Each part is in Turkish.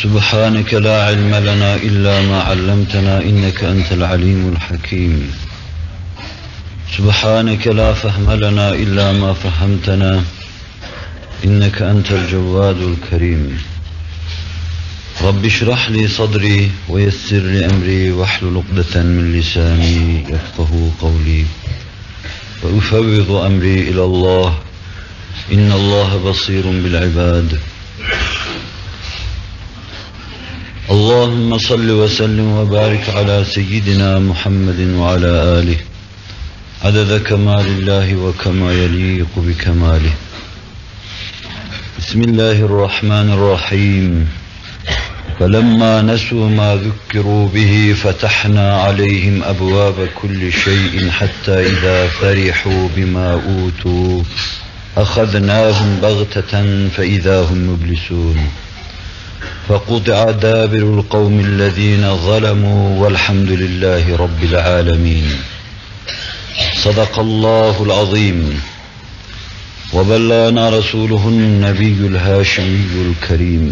سبحانك لا علم لنا إلا ما علمتنا إنك أنت العليم الحكيم سبحانك لا فهم لنا إلا ما فهمتنا إنك أنت الجواد الكريم رب اشرح لي صدري ويسر لي أمري واحلل عقدة من لساني يفقه قولي وأفوض أمري إلى الله إن الله بصير بالعباد اللهم صل وسلم وبارك على سيدنا محمد وعلى آله عدد كمال الله وكما يليق بكماله بسم الله الرحمن الرحيم فلما نسوا ما ذكروا به فتحنا عليهم أبواب كل شيء حتى إذا فرحوا بما أوتوا أخذناهم بغتة فإذا هم مبلسون فقطع دابر القوم الذين ظلموا والحمد لله رب العالمين صدق الله العظيم وبلغنا رسوله النبي الهاشمي الكريم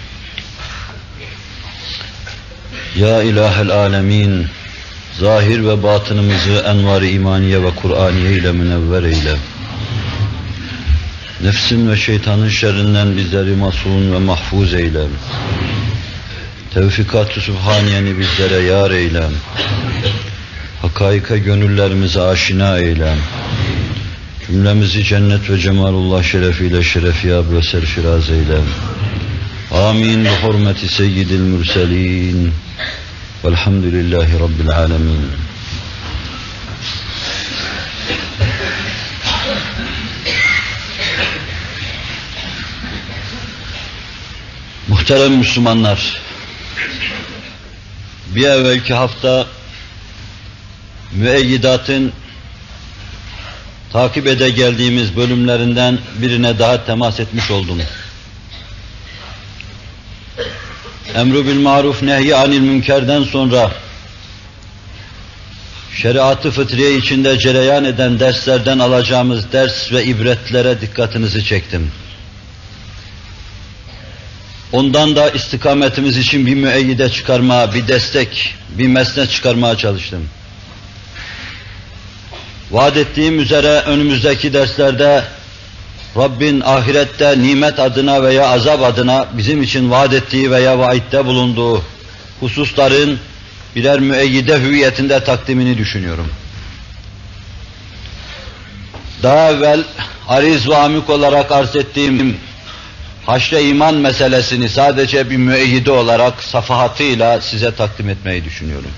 Ya İlahel Alemin, zahir ve batınımızı envar-ı imaniye ve Kur'aniye ile münevver eyle. Nefsin ve şeytanın şerrinden bizleri masum ve mahfuz eyle. Tevfikat-ı Sübhaniyeni bizlere yar eyle. Hakaika gönüllerimize aşina eyle. Cümlemizi cennet ve cemalullah şerefiyle şerefiyab ve serfiraz eyle. Amin. Bi hurmeti seyyidil mürselin. Velhamdülillahi Rabbil alemin. Muhterem Müslümanlar, bir evvelki hafta müeyyidatın takip ede geldiğimiz bölümlerinden birine daha temas etmiş oldum. Emru bil maruf nehy anil münkerden sonra şeriat-ı fıtriye içinde cereyan eden derslerden alacağımız ders ve ibretlere dikkatinizi çektim. Ondan da istikametimiz için bir müeyyide çıkarma, bir destek, bir mesnet çıkarmaya çalıştım. Vaat ettiğim üzere önümüzdeki derslerde Rabbin ahirette nimet adına veya azap adına bizim için vaat ettiği veya vaitte bulunduğu hususların birer müeyyide hüviyetinde takdimini düşünüyorum. Daha evvel ariz ve amik olarak arz ettiğim haşre iman meselesini sadece bir müeyyide olarak safahatıyla size takdim etmeyi düşünüyorum.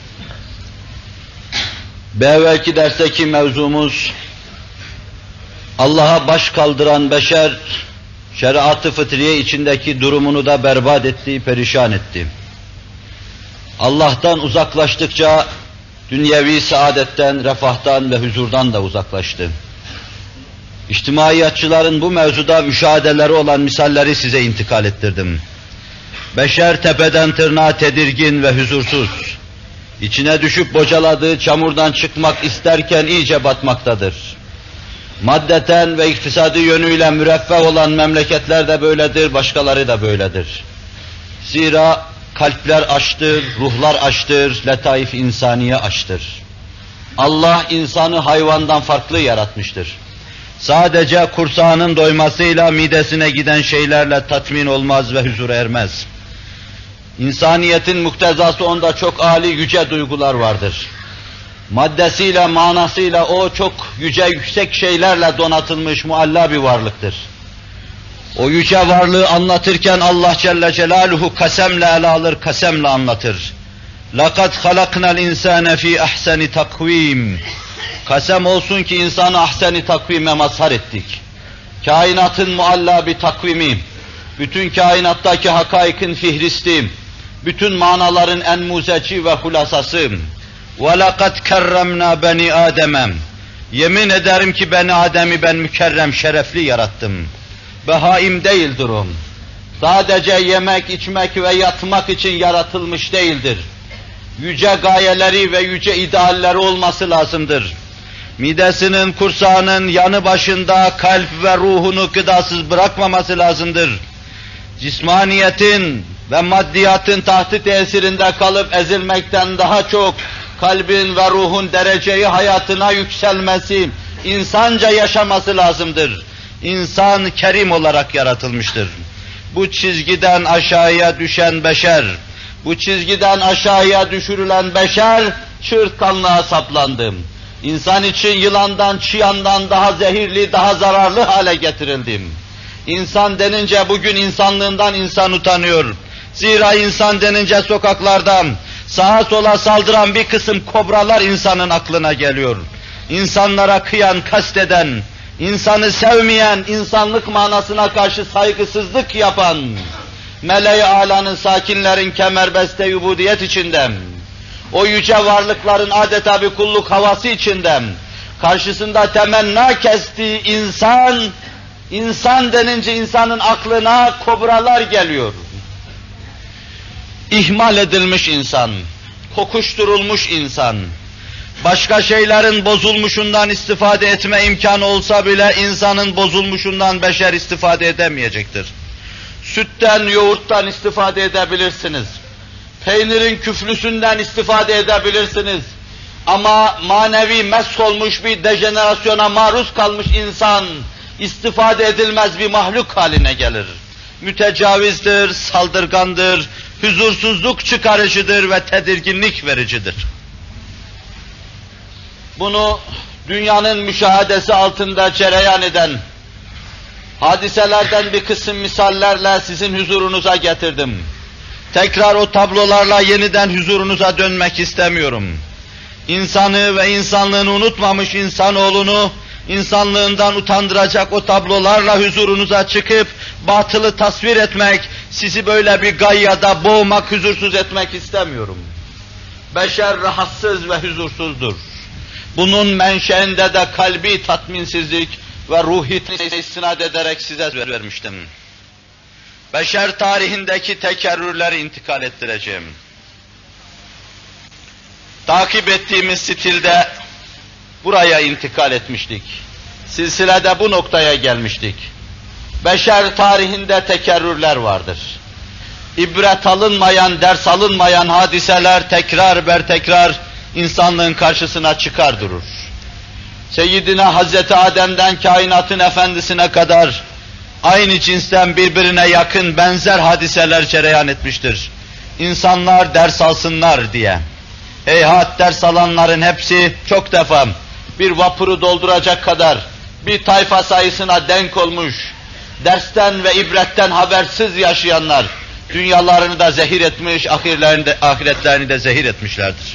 Bir evvelki dersteki mevzumuz Allah'a baş kaldıran beşer, şeriat-ı fıtriye içindeki durumunu da berbat etti, perişan etti. Allah'tan uzaklaştıkça dünyevi saadetten, refahtan ve huzurdan da uzaklaştı. İçtimaiyatçıların bu mevzuda müşahedeleri olan misalleri size intikal ettirdim. Beşer tepeden tırnağa tedirgin ve huzursuz. İçine düşüp bocaladığı çamurdan çıkmak isterken iyice batmaktadır. Maddeten ve iktisadi yönüyle müreffeh olan memleketler de böyledir, başkaları da böyledir. Zira kalpler açtır, ruhlar açtır, letaif insaniye açtır. Allah insanı hayvandan farklı yaratmıştır. Sadece kursağının doymasıyla midesine giden şeylerle tatmin olmaz ve huzura ermez. İnsaniyetin muktezası onda çok âli yüce duygular vardır. Maddesiyle, manasıyla o çok yüce, yüksek şeylerle donatılmış mualla bir varlıktır. O yüce varlığı anlatırken Allah Celle Celaluhu kasemle ele alır, kasemle anlatır. لَقَدْ خَلَقْنَا الْاِنْسَانَ ف۪ي اَحْسَنِ takvim. Kasem olsun ki insanı ahsen-i takvime mazhar ettik. Kainatın mualla bir takvimi, bütün kainattaki hakaikin fihristi, bütün manaların en muzeci ve hulasası. وَلَقَدْ كَرَّمْنَا بَنِي آدَمًا. Yemin ederim ki Beni Adem'i ben mükerrem, şerefli yarattım. Behaim değil durum. Sadece yemek, içmek ve yatmak için yaratılmış değildir. Yüce gayeleri ve yüce idealleri olması lazımdır. Midesinin, kursağının yanı başında kalp ve ruhunu gıdasız bırakmaması lazımdır. Cismaniyetin ve maddiyatın tahtı tesirinde kalıp ezilmekten daha çok kalbin ve ruhun dereceyi hayatına yükselmesi, insanca yaşaması lazımdır. İnsan kerim olarak yaratılmıştır. Bu çizgiden aşağıya düşen beşer, bu çizgiden aşağıya düşürülen beşer çığırtkanlığa saplandı. İnsan için yılandan, çıyandan daha zehirli, daha zararlı hale getirildim. İnsan denince bugün insanlığından insan utanıyor. Zira insan denince sokaklarda sağa sola saldıran bir kısım kobralar insanın aklına geliyor. İnsanlara kıyan, kasteden, insanı sevmeyen, insanlık manasına karşı saygısızlık yapan, meleği âlanın, sakinlerin kemerbeste ubudiyet içinde, o yüce varlıkların adeta bir kulluk havası içinde, karşısında temenna kestiği insan, insan denince insanın aklına kobralar geliyor. İhmal edilmiş insan, kokuşturulmuş insan, başka şeylerin bozulmuşundan istifade etme imkanı olsa bile insanın bozulmuşundan beşer istifade edemeyecektir. Sütten, yoğurttan istifade edebilirsiniz. Peynirin küflüsünden istifade edebilirsiniz. Ama manevi mesh olmuş bir dejenerasyona maruz kalmış insan, istifade edilmez bir mahluk haline gelir. Mütecavizdir, saldırgandır, huzursuzluk çıkarıcıdır ve tedirginlik vericidir. Bunu dünyanın müşahadesi altında cereyan eden hadiselerden bir kısım misallerle sizin huzurunuza getirdim. Tekrar o tablolarla yeniden huzurunuza dönmek istemiyorum. İnsanı ve insanlığını unutmamış insanoğlunu, insanlığından utandıracak o tablolarla huzurunuza çıkıp batılı tasvir etmek, sizi böyle bir gayyada boğmak, huzursuz etmek istemiyorum. Beşer rahatsız ve huzursuzdur. Bunun menşeinde de kalbi tatminsizlik ve ruhi istinad ederek size vermiştim. Beşer tarihindeki tekerrürleri intikal ettireceğim. Takip ettiğimiz stilde buraya intikal etmiştik. Silsilede bu noktaya gelmiştik. Beşer tarihinde tekerrürler vardır. İbret alınmayan, ders alınmayan hadiseler tekrar ber tekrar insanlığın karşısına çıkar durur. Seyyidina Hazreti Adem'den kainatın efendisine kadar aynı cinsten birbirine yakın benzer hadiseler cereyan etmiştir. İnsanlar ders alsınlar diye. Heyhat ders alanların hepsi çok defa bir vapuru dolduracak kadar bir tayfa sayısına denk olmuş, dersten ve ibretten habersiz yaşayanlar, dünyalarını da zehir etmiş, ahiretlerini de zehir etmişlerdir.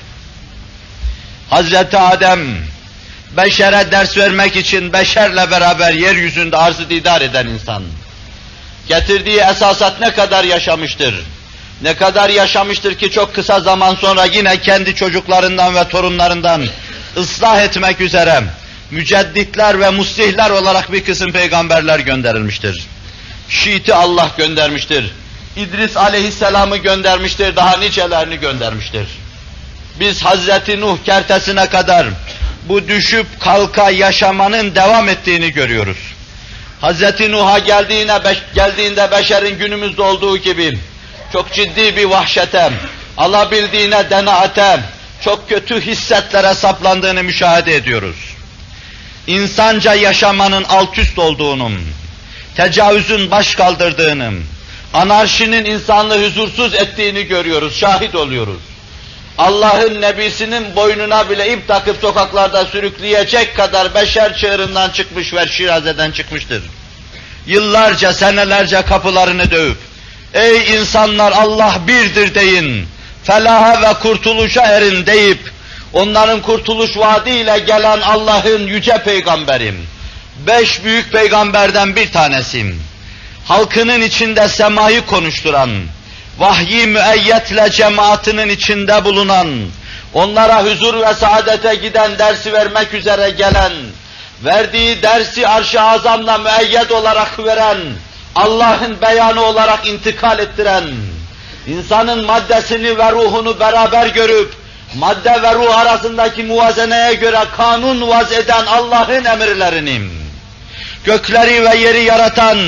Hazreti Adem, beşere ders vermek için beşerle beraber yeryüzünde arz-ı didar eden insan. Getirdiği esasat ne kadar yaşamıştır? Ne kadar yaşamıştır ki çok kısa zaman sonra yine kendi çocuklarından ve torunlarından ıslah etmek üzere mücedditler ve muslihler olarak bir kısım peygamberler gönderilmiştir. Şiit'i Allah göndermiştir. İdris aleyhisselamı göndermiştir, daha nicelerini göndermiştir. Biz Hazreti Nuh kertesine kadar bu düşüp kalka yaşamanın devam ettiğini görüyoruz. Hazreti Nuh'a geldiğinde beşerin günümüzde olduğu gibi çok ciddi bir vahşete, alabildiğine denaate, çok kötü hissetlere saplandığını müşahede ediyoruz. İnsanca yaşamanın altüst olduğunu, tecavüzün baş kaldırdığını, anarşinin insanlığı huzursuz ettiğini görüyoruz, şahit oluyoruz. Allah'ın nebisinin boynuna bile ip takıp sokaklarda sürükleyecek kadar beşer çığırından çıkmış ve Şiraze'den çıkmıştır. Yıllarca, senelerce kapılarını dövüp, ey insanlar Allah birdir deyin, felaha ve kurtuluşa erin deyip, onların kurtuluş vaadiyle gelen Allah'ın yüce peygamberim, 5 büyük peygamberden bir tanesiyim. Halkının içinde semayı konuşturan, vahyi müeyyetle cemaatinin içinde bulunan, onlara huzur ve saadete giden dersi vermek üzere gelen, verdiği dersi arş-ı azamla müeyyed olarak veren, Allah'ın beyanı olarak intikal ettiren, insanın maddesini ve ruhunu beraber görüp, madde ve ruh arasındaki muvazeneye göre kanun vaz eden Allah'ın emirlerini, gökleri ve yeri yaratan,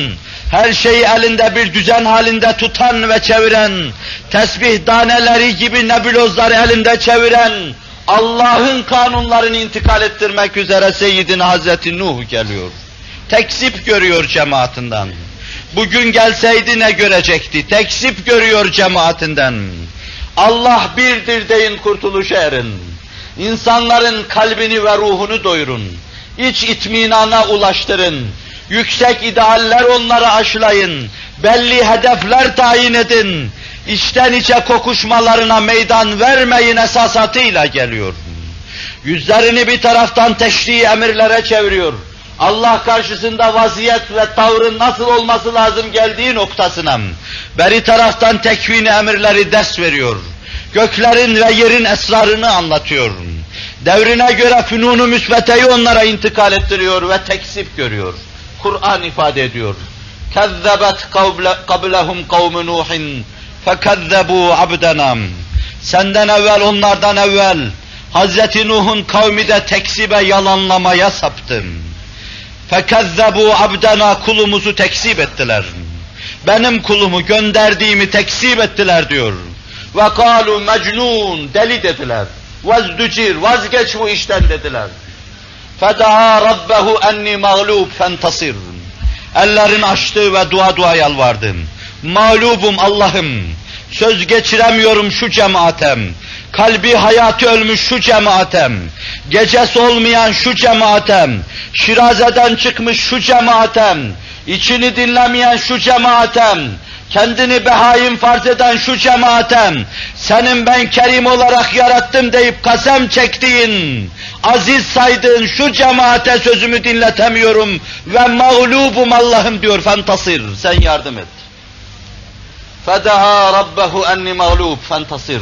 her şeyi elinde bir düzen halinde tutan ve çeviren, tesbih taneleri gibi nebulozları elinde çeviren, Allah'ın kanunlarını intikal ettirmek üzere Seyyidina Hazreti Nuh geliyor. Tekzip görüyor cemaatinden. Bugün gelseydi ne görecekti? Tekzip görüyor cemaatinden. Allah birdir deyin, kurtuluşa erin. İnsanların kalbini ve ruhunu doyurun. İç itminana ulaştırın. Yüksek idealler onlara aşılayın. Belli hedefler tayin edin. İçten içe kokuşmalarına meydan vermeyin esasatıyla geliyor. Yüzlerini bir taraftan teşri emirlere çeviriyor. Allah karşısında vaziyet ve tavrın nasıl olması lazım geldiği noktasına. Beri taraftan tekvin emirleri ders veriyor. Göklerin ve yerin esrarını anlatıyor. Devrine göre fünun-u müsbeteyi onlara intikal ettiriyor ve tekzip görüyor. Kur'an ifade ediyor. كَذَّبَتْ قَبْلَهُمْ قَوْمُ نُوحٍ فَكَذَّبُوا عَبْدَنَا. Senden evvel, onlardan evvel Hazreti Nuh'un kavmi de tekzibe, yalanlamaya saptı. فَكَذَّبُوا عَبْدَنَا. Kulumuzu tekzip ettiler. Benim kulumu, gönderdiğimi tekzip ettiler diyor. وَقَالُوا مَجْنُونَ. Deli dediler. وَازْدُجِرْ. Vazgeç bu işten dediler. فَدَعَا رَبَّهُ اَنِّي مَغْلُوبٌ فَانْتَصِرْ. Ellerini açtı ve dua yalvardı. Mağlubum Allah'ım, söz geçiremiyorum şu cemaatem, kalbi hayatı ölmüş şu cemaatem, gecesi olmayan şu cemaatem, Şiraze'den çıkmış şu cemaatem, içini dinlemeyen şu cemaatem, kendini behaim farz eden şu cemaatem, senin ben kerim olarak yarattım deyip kasem çektiğin, aziz saydığın şu cemaate sözümü dinletemiyorum ve mağlubum Allah'ım diyor. Fantasir, sen yardım et. فَدَعَا رَبَّهُ اَنِّي مَغْلُوبٌ فَانْتَصِرْ.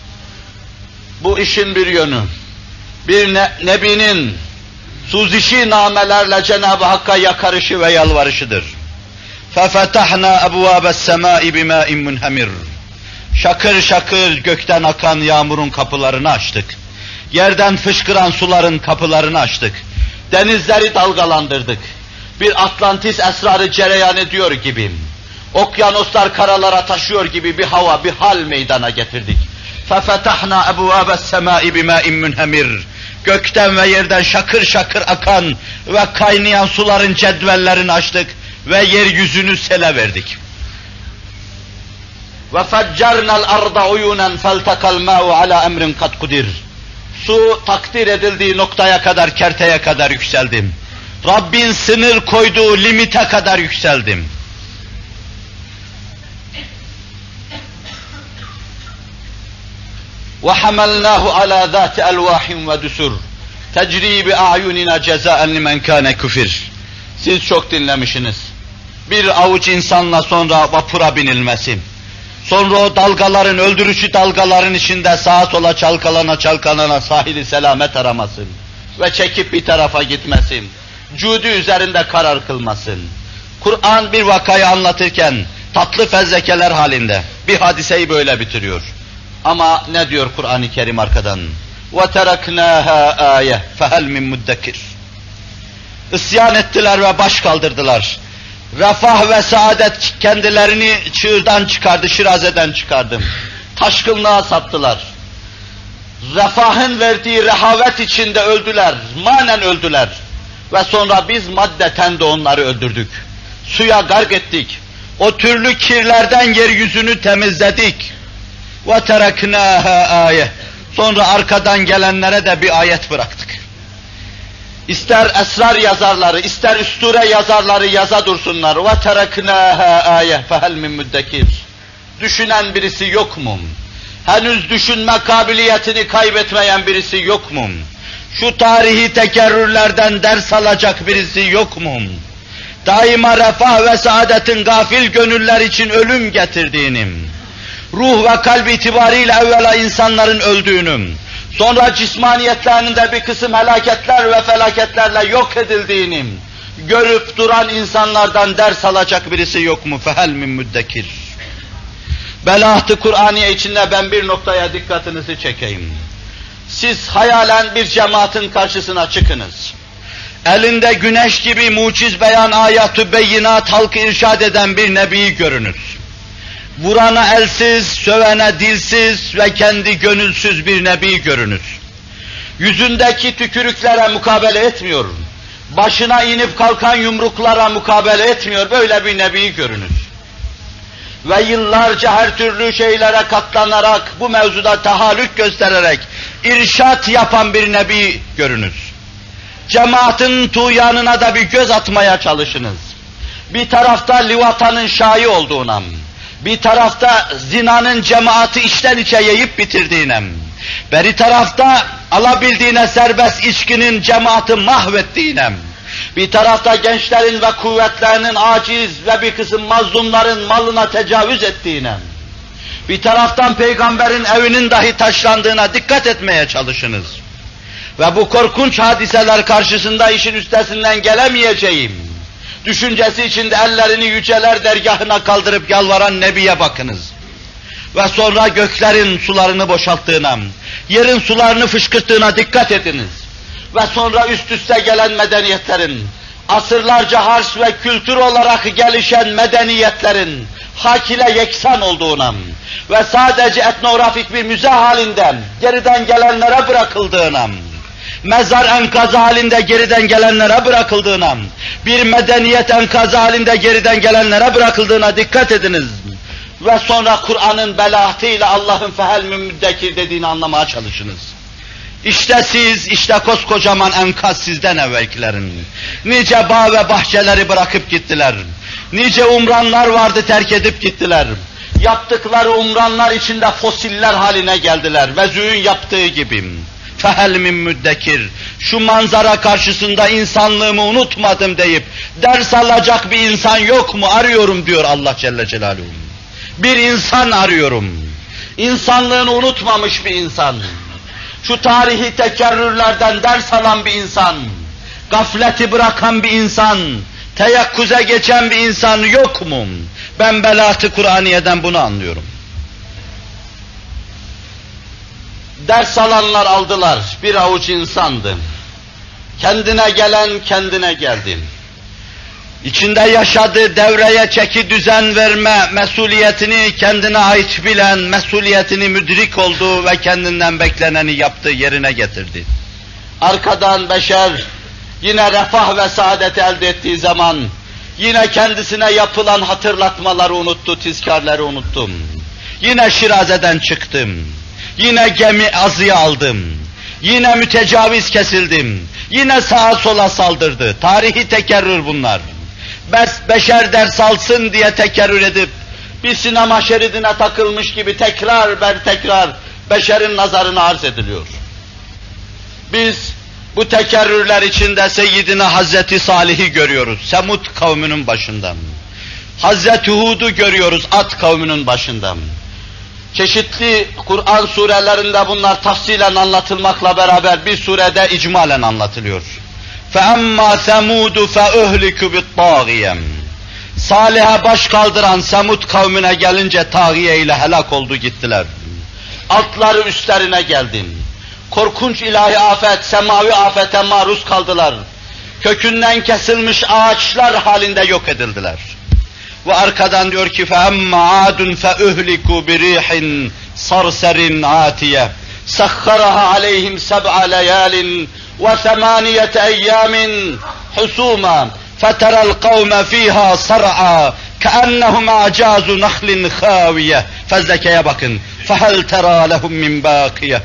Bu işin bir yönü, bir nebinin suzişi namelerle Cenab-ı Hakk'a yakarışı ve yalvarışıdır. فَفَتَحْنَا أَبْوَابَ السَّمَاءِ بِمَاءٍ مُنْهَمِرٍ. Şakır şakır gökten akan yağmurun kapılarını açtık. Yerden fışkıran suların kapılarını açtık. Denizleri dalgalandırdık. Bir Atlantis esrarı cereyan ediyor gibi, okyanuslar karalara taşıyor gibi bir hava, bir hal meydana getirdik. فَفَتَحْنَا أَبْوَابَ السَّمَاءِ بِمَاءٍ مُنْهَمِرٍ. Gökten ve yerden şakır şakır akan ve kaynayan suların cedvellerini açtık ve yeryüzünü sele verdik. وَفَجَّرْنَا الْأَرْضَ عُيُونًا فَالْتَقَى الْمَاءُ عَلَى اَمْرٍ قَدْ قُدِرٍ. Su takdir edildiği noktaya kadar, kerteye kadar yükseldim. Rabbin sınır koyduğu limite kadar yükseldim. وَحَمَلْنَاهُ عَلَى ذَاتِ أَلْوَاحٍ وَدُسُرٍ تَجْرِي بِأَعْيُنِنَا جَزَاءً لِمَنْ كَانَ كُفِرٍ. Siz çok dinlemişsiniz. Bir avuç insanla sonra vapura binilmesi, sonra o dalgaların, öldürücü dalgaların içinde sağa sola çalkalana sahili selamet araması ve çekip bir tarafa gitmesi, cudi üzerinde karar kılmasın. Kur'an bir vakayı anlatırken tatlı fezlekeler halinde bir hadiseyi böyle bitiriyor. Ama ne diyor Kur'an-ı Kerim arkadan? وَتَرَكْنَاهَا آيَةً فَهَلْ مِنْ مُدَّكِرٍ. İsyan ettiler ve baş kaldırdılar. Refah ve saadet kendilerini çığırdan çıkardı, Şiraze'den çıkardı. Taşkınlığa saptılar. Refahın verdiği rehavet içinde öldüler, manen öldüler. Ve sonra biz maddeten de onları öldürdük. Suya gark ettik. O türlü kirlerden yeryüzünü temizledik. وَتَرَكْنَاهَا آيَةً. Sonra arkadan gelenlere de bir ayet bıraktık. İster esrar yazarları, ister üsture yazarları yaza dursunlar. وَتَرَكْنَاهَا آيَةً فَهَلْ مِنْ مُدَّكِرٍ. Düşünen birisi yok mu? Henüz düşünme kabiliyetini kaybetmeyen birisi yok mu? Şu tarihi tekerrürlerden ders alacak birisi yok mu? Daima refah ve saadetin gafil gönüller için ölüm getirdiğini, ruh ve kalp itibariyle evvela insanların öldüğünü, sonra cismaniyetlerinin de bir kısım helaketler ve felaketlerle yok edildiğini görüp duran insanlardan ders alacak birisi yok mu? فَهَلْ مِنْ مُدَّكِرٍ. Belaht-ı Kur'aniye içinde ben bir noktaya dikkatinizi çekeyim. Siz hayalen bir cemaatin karşısına çıkınız. elinde güneş gibi muciz beyan ayat-ı beyinat halkı irşad eden bir nebi görünür. Vurana elsiz, sövene dilsiz ve kendi gönülsüz bir nebi görünür. Yüzündeki tükürüklere mukabele etmiyor. Başına inip kalkan yumruklara mukabele etmiyor. Böyle bir nebi görünür. Ve yıllarca her türlü şeylere katlanarak, bu mevzuda tahallük göstererek irşat yapan bir nebi görünür. Cemaatin tuğyanına da bir göz atmaya çalışınız. Bir tarafta livatanın şai olduğuna, bir tarafta zinanın cemaati içten içe yiyip bitirdiğine, bir tarafta alabildiğine serbest içkinin cemaati mahvettiğine, bir tarafta gençlerin ve kuvvetlerinin aciz ve bir kısım mazlumların malına tecavüz ettiğine, bir taraftan peygamberin evinin dahi taşlandığına dikkat etmeye çalışınız. Ve bu korkunç hadiseler karşısında işin üstesinden gelemeyeceğim düşüncesi içinde ellerini yüceler dergahına kaldırıp yalvaran Nebi'ye bakınız. Ve sonra göklerin sularını boşalttığına, yerin sularını fışkırttığına dikkat ediniz. Ve sonra üst üste gelen medeniyetlerin, asırlarca harç ve kültür olarak gelişen medeniyetlerin hak ile yeksan olduğuna ve sadece etnografik bir müze halinde geriden gelenlere bırakıldığına, mezar enkazı halinde geriden gelenlere bırakıldığına, bir medeniyet enkazı halinde geriden gelenlere bırakıldığına dikkat ediniz. Ve sonra Kur'an'ın belaatıyla Allah'ın fehel müddekir dediğini anlamaya çalışınız. İşte siz, işte koskocaman enkaz sizden evvelkilerin. Nice bağ ve bahçeleri bırakıp gittiler. Nice umranlar vardı terk edip gittiler. Yaptıkları umranlar içinde fosiller haline geldiler. Vezü'nün yaptığı gibi. Fehel min müddekir. Şu manzara karşısında insanlığımı unutmadım deyip ders alacak bir insan yok mu arıyorum diyor Allah Celle Celaluhu. Bir insan arıyorum. İnsanlığını unutmamış bir insan. Şu tarihi tekerrürlerden ders alan bir insan. Gafleti bırakan bir insan. Teyakkuze geçen bir insan yok mu? Ben belaat-ı Kur'aniye'den bunu anlıyorum. Ders alanlar aldılar, bir avuç insandı. Kendine gelen kendine geldi. İçinde yaşadığı devreye çeki düzen verme mesuliyetini kendine ait bilen, mesuliyetini müdrik oldu ve kendinden bekleneni yaptı, yerine getirdi. Arkadan beşer yine refah ve saadet elde ettiği zaman yine kendisine yapılan hatırlatmaları unuttu, tizkarları unuttum. Yine Şiraze'den çıktım. Yine gemi azıya aldım. Yine mütecaviz kesildim. Yine sağa sola saldırdı. Tarihi tekerrür bunlar. Beşer ders alsın diye tekerrür edip bir sinema şeridine takılmış gibi tekrar beşerin nazarına arz ediliyor. Biz bu tekerrürler içinde Seyyidina Hazreti Salih'i görüyoruz. Semud kavminin başından. Hazreti Hud'u görüyoruz Ad kavminin başından. Çeşitli Kur'an surelerinde bunlar tafsilen anlatılmakla beraber bir surede icmalen anlatılıyor. فَاَمَّا ثَمُودُ فَاُهْلِكُ بِالطَّاغِيَةِ Salih'e baş kaldıran Semud kavmine gelince tağiye ile helak oldu gittiler. Altları üstlerine geldi. Korkunç ilahi afet, semavi afete maruz kaldılar. Kökünden kesilmiş ağaçlar halinde yok edildiler. Ve arkadan diyor ki فَاَمَّا عَادٌ فَاُهْلِكُوا بِرِيحٍ صَرْسَرٍ عَاتِيَةٍ سَخَّرَهَا عَلَيْهِمْ سَبْعَ لَيَالٍ وَثَمَانِيَةَ اَيَّامٍ حُسُومًا فَتَرَى الْقَوْمَ ف۪يهَا صَرْعًا كَأَنَّهُمْ اَعْجَازُ نَخْلٍ خَاوِيَةٍ Fezleke'ye bakın. فَهَلْ تَرَى لَهُمْ مِنْ بَاقِيَةٍ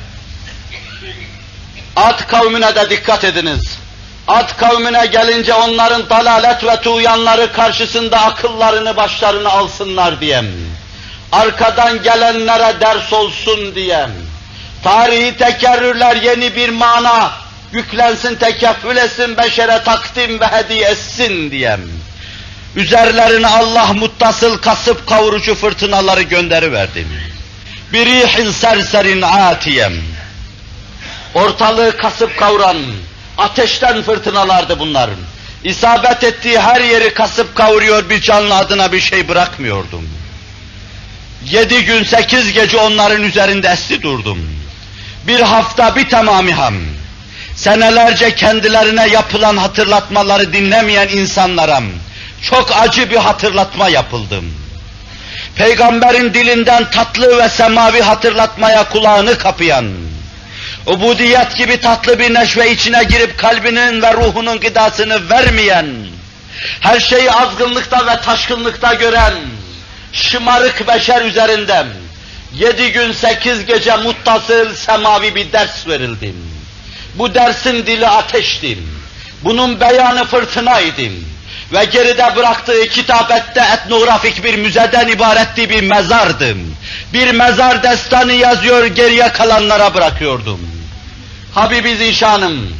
Ad kavmine de dikkat ediniz. Ad kavmine gelince onların dalalet ve tuğyanları karşısında akıllarını başlarına alsınlar diyem. Arkadan gelenlere ders olsun diyem. Tarihi tekerrürler yeni bir mana yüklensin, tekeffül etsin, beşere takdim ve hediye etsin diyem. Üzerlerine Allah muttasıl kasıp kavurucu fırtınaları gönderiverdi. Birihin serserin atiyem. Ortalığı kasıp kavuran, ateşten fırtınalardı bunlar. İsabet ettiği her yeri kasıp kavuruyor, bir canlı adına bir şey bırakmıyordum. 7 gün 8 gece onların üzerinde esti durdum. Bir hafta bir tamamiham. senelerce kendilerine yapılan hatırlatmaları dinlemeyen insanlara çok acı bir hatırlatma yapıldı. Peygamberin dilinden tatlı ve semavi hatırlatmaya kulağını kapayan, ubudiyet gibi tatlı bir neşve içine girip kalbinin ve ruhunun gıdasını vermeyen, her şeyi azgınlıkta ve taşkınlıkta gören, şımarık beşer üzerinden 7 gün 8 gece muttasıl semavi bir ders verildi. Bu dersin dili ateşti. Bunun beyanı fırtınaydı. Ve geride bıraktığı kitapette etnografik bir müzeden ibaretti, bir mezardı. Bir mezar destanı yazıyor, geriye kalanlara bırakıyordum. Habibi Zişanım,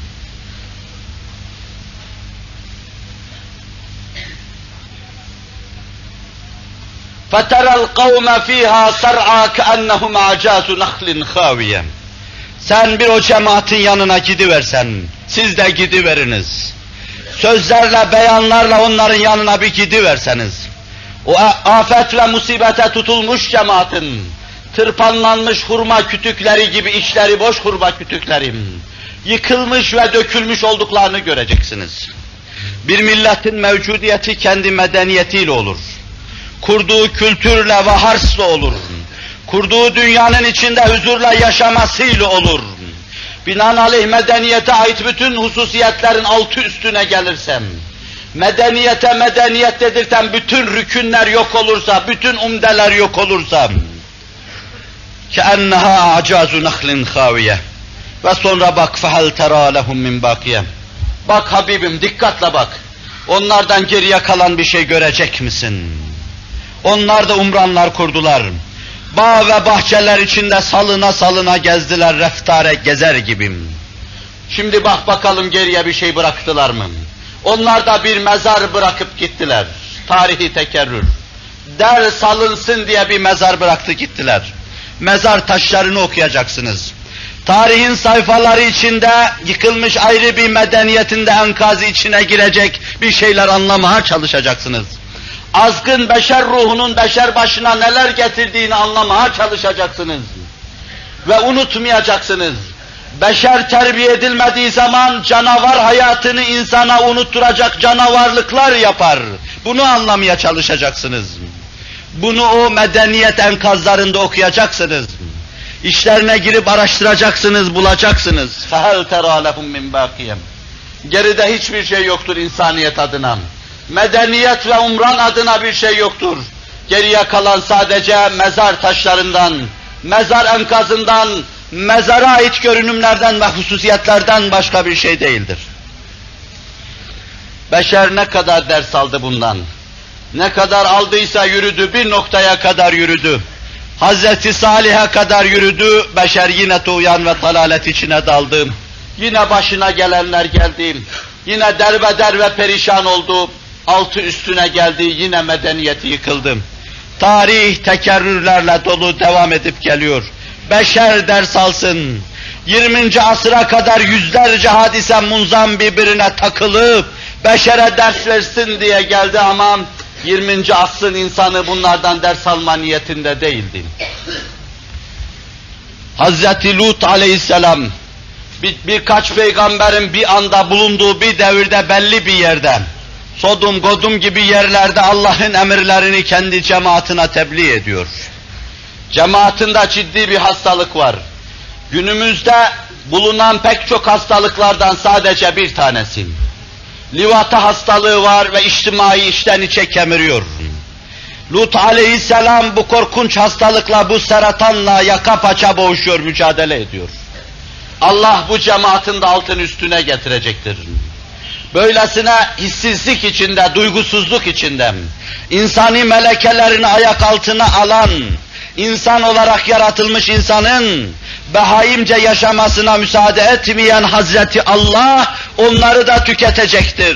فَتَرَى الْقَوْمَ ف۪يهَا سَرْعَا كَأَنَّهُمْ عَجَازُ نَخْلٍ خَاوِيَةٍ. Sen bir o cemaatin yanına gidiversen, siz de gidiveriniz. Sözlerle, beyanlarla onların yanına bir gidiverseniz, o afet ve musibete tutulmuş cemaatin, tırpanlanmış hurma kütükleri gibi içleri boş hurma kütüklerim, yıkılmış ve dökülmüş olduklarını göreceksiniz. Bir milletin mevcudiyeti kendi medeniyetiyle olur. Kurduğu kültürle ve harsla olur. Kurduğu dünyanın içinde huzurla yaşamasıyla olur. Binaenaleyh medeniyete ait bütün hususiyetlerin altı üstüne gelirsem, medeniyete medeniyet dedirten bütün rükünler yok olursa, bütün umdeler yok olursa, كَأَنَّهَا عَجَازُ نَخْلٍ خَاوِيَةٍ. Ve sonra bak فَهَلْ تَرَى لَهُمْ مِنْ بَاقِيَةٍ. Bak Habibim, dikkatle bak. Onlardan geriye kalan bir şey görecek misin? Onlar da umranlar kurdular. Bağ ve bahçeler içinde salına salına gezdiler, reftare gezer gibim. Şimdi bak bakalım geriye bir şey bıraktılar mı? Onlar da bir mezar bırakıp gittiler. Tarihi tekerrür. Der salınsın diye bir mezar bıraktı gittiler. Mezar taşlarını okuyacaksınız. Tarihin sayfaları içinde yıkılmış ayrı bir medeniyetin de enkazı içine girecek bir şeyler anlamaya çalışacaksınız. Azgın beşer ruhunun beşer başına neler getirdiğini anlamaya çalışacaksınız. Ve unutmayacaksınız. Beşer terbiye edilmediği zaman canavar hayatını insana unutturacak canavarlıklar yapar. Bunu anlamaya çalışacaksınız. Bunu o medeniyet enkazlarında okuyacaksınız. İşlerine girip araştıracaksınız, bulacaksınız. فَهَلْ تَرَى لَهُمْ مِنْ بَاقِيَةٍ. Geride hiçbir şey yoktur insaniyet adına. Medeniyet ve umran adına bir şey yoktur. Geriye kalan sadece mezar taşlarından, mezar enkazından, mezara ait görünümlerden ve hususiyetlerden başka bir şey değildir. Beşer ne kadar ders aldı bundan? Ne kadar aldıysa yürüdü, bir noktaya kadar yürüdü. Hazreti Salih'e kadar yürüdü, beşer yine tuğyan ve dalalet içine daldı. Yine başına gelenler geldi. Yine derbeder ve perişan oldu. Altı üstüne geldi, yine medeniyeti yıkıldı. Tarih tekerrürlerle dolu devam edip geliyor. Beşer ders alsın. 20. asıra kadar yüzlerce hadise munzam birbirine takılıp beşere ders versin diye geldi ama 20. asrın insanı bunlardan ders alma niyetinde değildi. Hazreti Lut aleyhisselam birkaç peygamberin bir anda bulunduğu bir devirde belli bir yerde, Sodom, Godum gibi yerlerde Allah'ın emirlerini kendi cemaatine tebliğ ediyor. Cemaatinde ciddi bir hastalık var. Günümüzde bulunan pek çok hastalıklardan sadece bir tanesi. Livata hastalığı var ve içtimai içten içe kemiriyor. Lut aleyhisselam bu korkunç hastalıkla, bu seratanla yaka paça boğuşuyor, mücadele ediyor. Allah bu cemaatin de altını üstüne getirecektir. Böylesine hissizlik içinde, duygusuzluk içinde, insani melekelerini ayak altına alan, insan olarak yaratılmış insanın behaimce yaşamasına müsaade etmeyen Hazreti Allah onları da tüketecektir.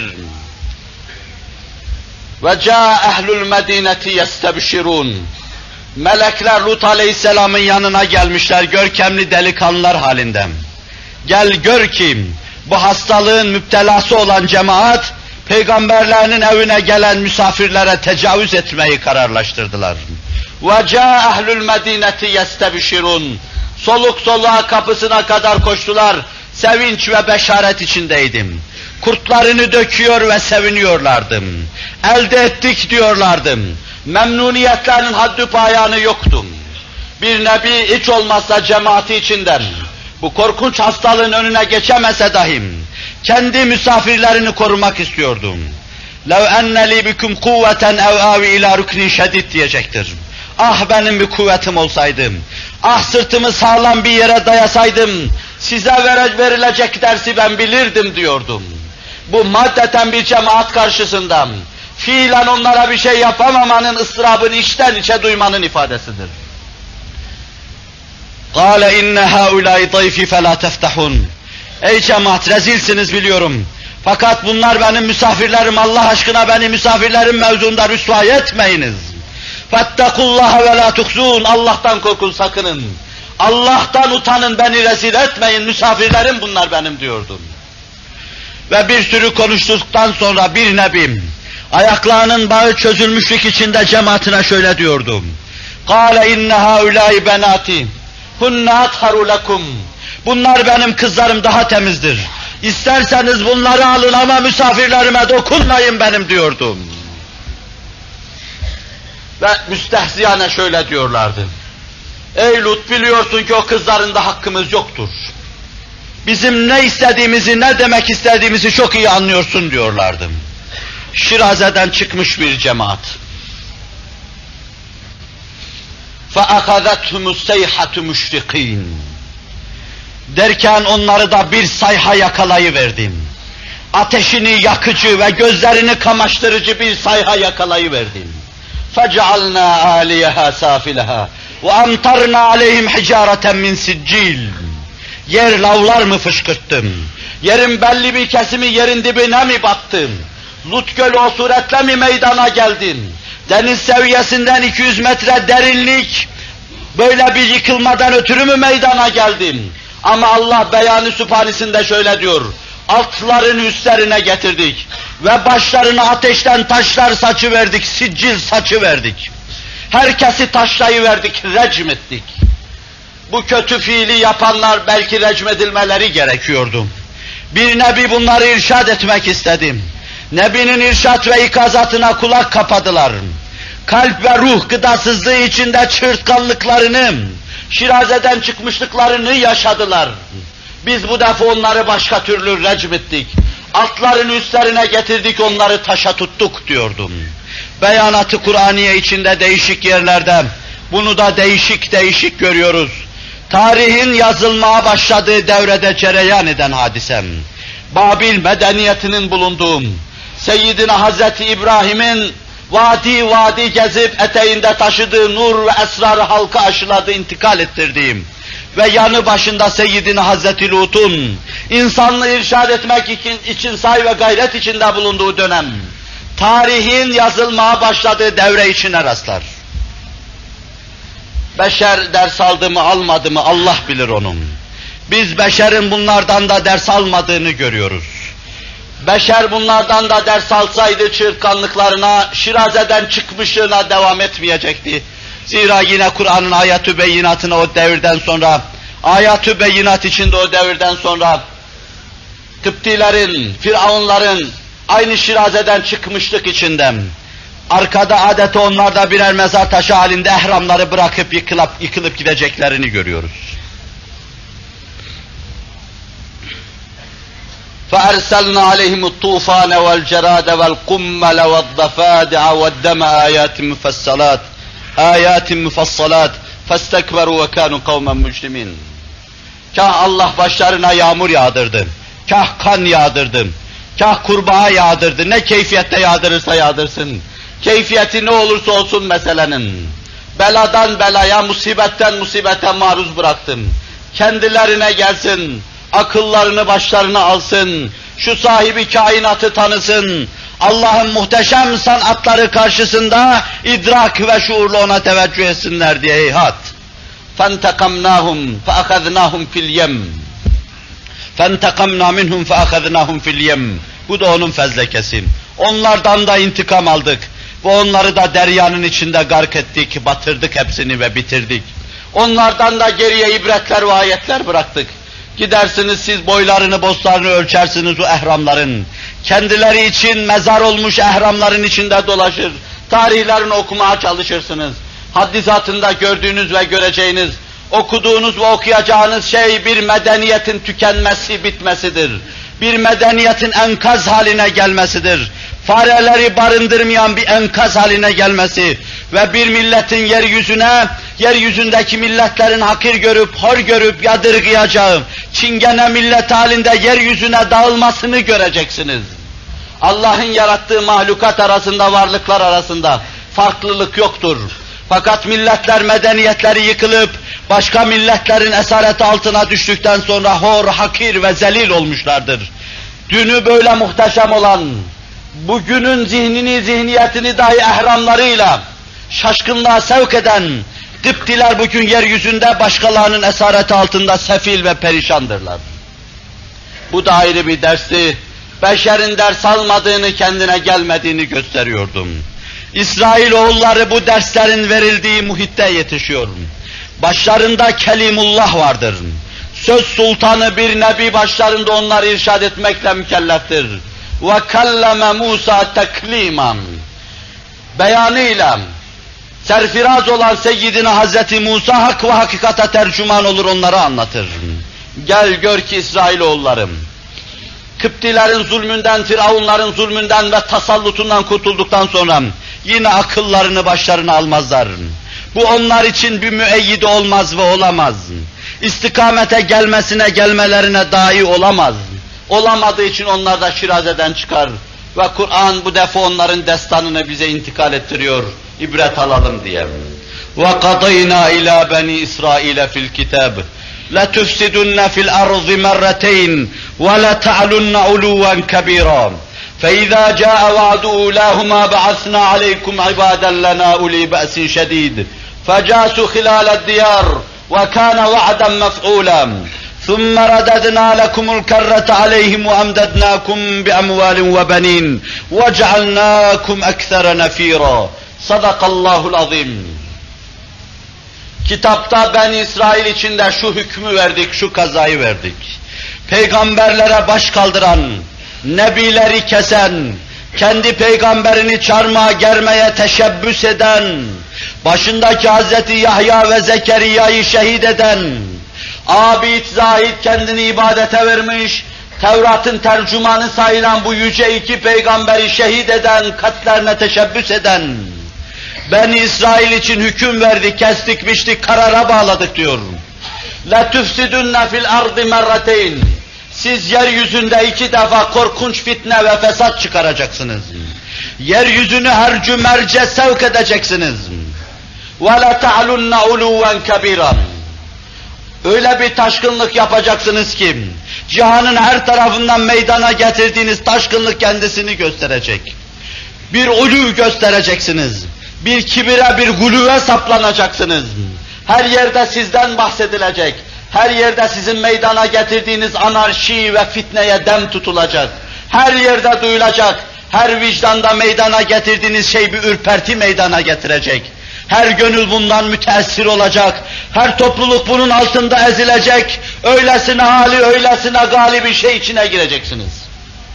Ve caa ehlul medineti yestebşirun. Melekler Lut aleyhisselamın yanına gelmişler, görkemli delikanlılar halinde. Gel gör ki bu hastalığın müptelası olan cemaat, peygamberlerinin evine gelen misafirlere tecavüz etmeyi kararlaştırdılar. وَجَاءَ اَهْلُ الْمَد۪ينَةِ يَسْتَبْشِرُونَ. Soluk soluğa kapısına kadar koştular. sevinç ve beşaret içindeydim. Kurtlarını döküyor ve seviniyorlardım. Elde ettik diyorlardım. Memnuniyetlerinin haddi payanı yoktu. Bir nebi hiç olmazsa cemaati içinden, bu korkunç hastalığın önüne geçemese dahim, kendi misafirlerini korumak istiyordum. لَوْ اَنَّ لِي بِكُمْ قُوَّةً اَوْ اَوِ اِلٰى رُكْنٍ شَدِيدٍ diyecektir. Ah benim bir kuvvetim olsaydım, ah sırtımı sağlam bir yere dayasaydım, size verilecek dersi ben bilirdim diyordum. Bu maddeten bir cemaat karşısında, fiilen onlara bir şey yapamamanın ıstırabını içten içe duymanın ifadesidir. قَالَ اِنَّ هَؤُلَاءِ ضَيْفِ فَلَا تَفْتَحُونَ Ey cemaat, rezilsiniz biliyorum. Fakat bunlar benim misafirlerim, Allah aşkına beni misafirlerim mevzunda rüsvâ etmeyiniz. فَاتَّقُوا اللّٰهَ وَلَا تُخْزُونَ Allah'tan korkun, sakının. Allah'tan utanın, beni rezil etmeyin, misafirlerim bunlar benim diyordum. Ve bir sürü konuştuktan sonra bir nebim, ayaklarının bağı çözülmüşlük içinde cemaatine şöyle diyordum. قَالَ اِنَّ هَؤُلَاءِ بَنَاتِي هُنَّ أَطْهَرُ لَكُمْ Bunlar benim kızlarım, daha temizdir. İsterseniz bunları alın ama misafirlerime dokunmayın benim diyordum. Ve müstehziyane şöyle diyorlardı. Ey Lut, biliyorsun ki o kızlarında hakkımız yoktur. Bizim ne istediğimizi, ne demek istediğimizi çok iyi anlıyorsun diyorlardı. Şiraze'den çıkmış bir cemaat. فَأَخَذَتْهُمُ السَّيْحَةُ مُشْرِقِينَ Derken onları da bir sayha yakalayıverdim. Ateşini yakıcı ve gözlerini kamaştırıcı bir sayha yakalayıverdim. فَجَعَلْنَا عَالِيَهَا سَافِلَهَا وَاَمْطَرْنَا عَلَيْهِمْ حِجَارَةً مِنْ سِجِّيلٍ Yer lavlar mı fışkırttım? Yerin belli bir kesimi yerin dibine mi battım? Lut Gölü o suretle mi meydana geldin? Deniz seviyesinden 200 metre derinlik, böyle bir yıkılmadan ötürü mü meydana geldim? Ama Allah beyanı sübhanisinde şöyle diyor, altlarını üstlerine getirdik ve başlarına ateşten taşlar saçıverdik, siccil saçıverdik. Herkesi taşlayıverdik, recm ettik. Bu kötü fiili yapanlar belki recmedilmeleri gerekiyordu. Bir nebi bunları irşad etmek istedim. Nebinin irşad ve ikazatına kulak kapadılar. Kalp ve ruh gıdasızlığı içinde çırtkanlıklarını, Şiraze'den çıkmışlıklarını yaşadılar. Biz bu defa onları başka türlü recm ettik. Altlarını üstlerine getirdik, onları taşa tuttuk diyordum. Beyanatı Kur'aniye içinde değişik yerlerde, bunu da değişik değişik görüyoruz. Tarihin yazılmaya başladığı devrede cereyan eden hadisem. Babil medeniyetinin bulunduğu, Seyyidina Hazreti İbrahim'in vadi vadi gezip eteğinde taşıdığı nur ve esrarı halka aşıladı, intikal ettirdiğim ve yanı başında Seyyidina Hazreti Lut'un insanlığı irşad etmek için say ve gayret içinde bulunduğu dönem, tarihin yazılmaya başladığı devre içine rastlar. Beşer ders aldı mı almadı mı Allah bilir onun. Biz beşerin bunlardan da ders almadığını görüyoruz. Beşer bunlardan da ders alsaydı çırtkanlıklarına, Şiraze'den çıkmışlığına devam etmeyecekti. Zira yine Kur'an'ın ayat-ı beyinatına o devirden sonra, ayat-ı beyinat içinde o devirden sonra, Kıptilerin, Firavunların aynı Şiraze'den çıkmışlık içinde, arkada adeta onlar da birer mezar taşı halinde ehramları bırakıp yıkılıp gideceklerini görüyoruz. فَأَرْسَلْنَا عَلَيْهِمُ الطُّوفَانَ وَالْجَرَادَ وَالْقُمَّلَ وَالضَّفَادِعَ وَالدَّمَ آيَاتٍ مُفَصَّلَاتٍ فَاسْتَكْبَرُوا وَكَانُوا قَوْمًا مُجْرِمِينَ Kah Allah başlarına yağmur yağdırdı, kah kan yağdırdı, kah kurbağa yağdırdı, ne keyfiyette yağdırırsa yağdırsın. Keyfiyeti ne olursa olsun meselenin. Beladan belaya, musibetten musibete maruz bıraktım. Kendilerine gelsin, akıllarını başlarına alsın, şu sahibi kainatı tanısın, Allah'ın muhteşem sanatları karşısında idrak ve şuurla ona teveccüh etsinler diye heyhat. فَانْتَقَمْنَاهُمْ فَأَخَذْنَاهُمْ فِي الْيَمِّ فَانْتَقَمْنَا مِنْهُمْ فَأَخَذْنَاهُمْ فِي الْيَمِّ Bu da onun fezlekesi. Onlardan da intikam aldık ve onları da deryanın içinde gark ettik, batırdık hepsini ve bitirdik. Onlardan da geriye ibretler ve ayetler bıraktık. Gidersiniz siz boylarını, boslarını ölçersiniz o ehramların. Kendileri için mezar olmuş ehramların içinde dolaşır. Tarihlerini okumaya çalışırsınız. Haddizatında gördüğünüz ve göreceğiniz, okuduğunuz ve okuyacağınız şey bir medeniyetin tükenmesi, bitmesidir. Bir medeniyetin enkaz haline gelmesidir. Fareleri barındırmayan bir enkaz haline gelmesi ve bir milletin yeryüzündeki milletlerin hakir görüp, hor görüp yadırgayacağı çingene millet halinde yeryüzüne dağılmasını göreceksiniz. Allah'ın yarattığı mahlukat arasında, varlıklar arasında farklılık yoktur. Fakat milletler, medeniyetleri yıkılıp, başka milletlerin esareti altına düştükten sonra hor, hakir ve zelil olmuşlardır. Dünü böyle muhteşem olan, bugünün zihniyetini dahi ehramlarıyla şaşkınlığa sevk eden Kıptiler bugün yeryüzünde başkalarının esareti altında sefil ve perişandırlar. Bu da ayrı bir dersti. Beşerin ders almadığını, kendine gelmediğini gösteriyordum. İsrailoğulları bu derslerin verildiği muhitte yetişiyor. Başlarında Kelimullah vardır. Söz sultanı bir nebi başlarında onları irşad etmekle mükelleftir. وَكَلَّمَ Musa tekliman. Beyanıyla serfiraz olan Seyyidina Hazreti Musa hak ve hakikate tercüman olur, onları anlatır. Gel gör ki İsrailoğullarım, Kıptilerin zulmünden, Firavunların zulmünden ve tasallutundan kurtulduktan sonra yine akıllarını başlarına almazlar. Bu onlar için bir müeyyide olmaz ve olamaz. İstikamete gelmelerine dahi olamaz. Olamadığı için onlar da Şiraze'den çıkar. Ve Kur'an bu defa onların destanını bize intikal ettiriyor, ibret alalım diye. وَقَضَيْنَا إِلَى بَنِي إِسْرَائِيلَ فِي الْكِتَابِ لَتُفْسِدُنَّ فِي الْأَرْضِ مَرَّتَيْنِ وَلَتَعْلُنَّ عُلُوًّا كَبِيرًا فَإِذَا جَاءَ وَعْدُ أُولَاهُمَا بَعَثْنَا عَلَيْكُمْ عِبَادًا لَنَا أُولِي بَأْسٍ شَدِيدٍ فَجَاسُوا خِلَالَ الدِّيَارِ وَكَانَ وَعْدًا مَفْعُولًا ثُمَّ رَدَدْنَا لَكُمُ الْكَرَّةَ عَلَيْهِمْ وَأَمْدَدْنَاكُمْ بِأَمْوَالٍ وَبَنِينَ وَجَعَلْنَاكُمْ أَكْثَرَ نَفِيرًا صَدَقَ اللّٰهُ الْعَظِيمُ. Kitapta Beni İsrail içinde şu hükmü verdik, şu kazayı verdik. Peygamberlere baş kaldıran, nebileri kesen, kendi peygamberini çarmıha germeye teşebbüs eden, başındaki Hazreti Yahya ve Zekeriya'yı şehit eden, abid, zahid kendini ibadete vermiş, Tevrat'ın tercümanı sayılan bu yüce iki peygamberi şehit eden, katlerine teşebbüs eden, Beni İsrail için hüküm verdik, kestik, biçtik, karara bağladık diyor. لَتُفْسِدُنَّ فِي الْأَرْضِ مَرَّتَيْنِ. Siz yeryüzünde iki defa korkunç fitne ve fesat çıkaracaksınız. Yeryüzünü hercü merce sevk edeceksiniz. وَلَتَعْلُنَّ عُلُوًّا كَبِيرًا. Öyle bir taşkınlık yapacaksınız ki, cihanın her tarafından meydana getirdiğiniz taşkınlık kendisini gösterecek. Bir ulu göstereceksiniz. Bir kibire, bir guluve saplanacaksınız. Her yerde sizden bahsedilecek. Her yerde sizin meydana getirdiğiniz anarşi ve fitneye dem tutulacak. Her yerde duyulacak. Her vicdanda meydana getirdiğiniz şey bir ürperti meydana getirecek. Her gönül bundan müteessir olacak. Her topluluk bunun altında ezilecek. Öylesine hali, öylesine gali bir şey içine gireceksiniz.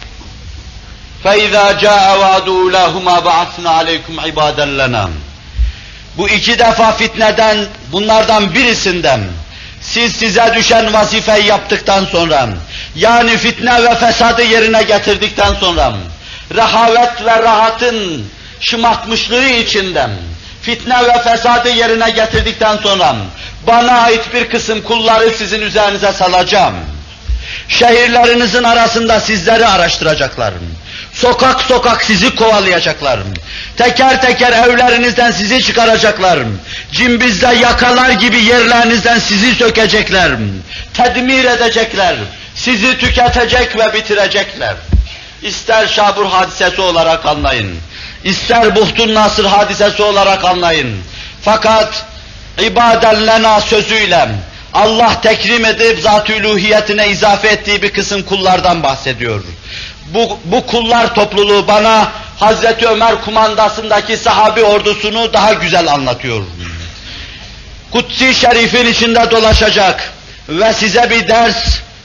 فَاِذَا جَاءَ وَعْدُ اُولَاهُمَا بَعَثْنَا عَلَيْكُمْ عِبَادًا لَنَا. Bu iki defa fitneden, bunlardan birisinden, size düşen vazifeyi yaptıktan sonra, yani fitne ve fesadı yerine getirdikten sonra, rehavet ve rahatın şımartmışlığı içinden, fitne ve fesadı yerine getirdikten sonra, bana ait bir kısım kulları sizin üzerinize salacağım. Şehirlerinizin arasında sizleri araştıracaklar. Sokak sokak sizi kovalayacaklar. Teker teker evlerinizden sizi çıkaracaklar. Cimbizle yakalar gibi yerlerinizden sizi sökecekler. Tedmir edecekler. Sizi tüketecek ve bitirecekler. İster Şabur hadisesi olarak anlayın. İster Buhtun Nasır hadisesi olarak anlayın. Fakat ibaden lena sözüyle Allah tekrim edip zat-ı uluhiyetine izafe ettiği bir kısım kullardan bahsediyor. Bu kullar topluluğu bana Hazreti Ömer kumandasındaki sahabi ordusunu daha güzel anlatıyor. Kutsi Şerif'in içinde dolaşacak ve size bir ders,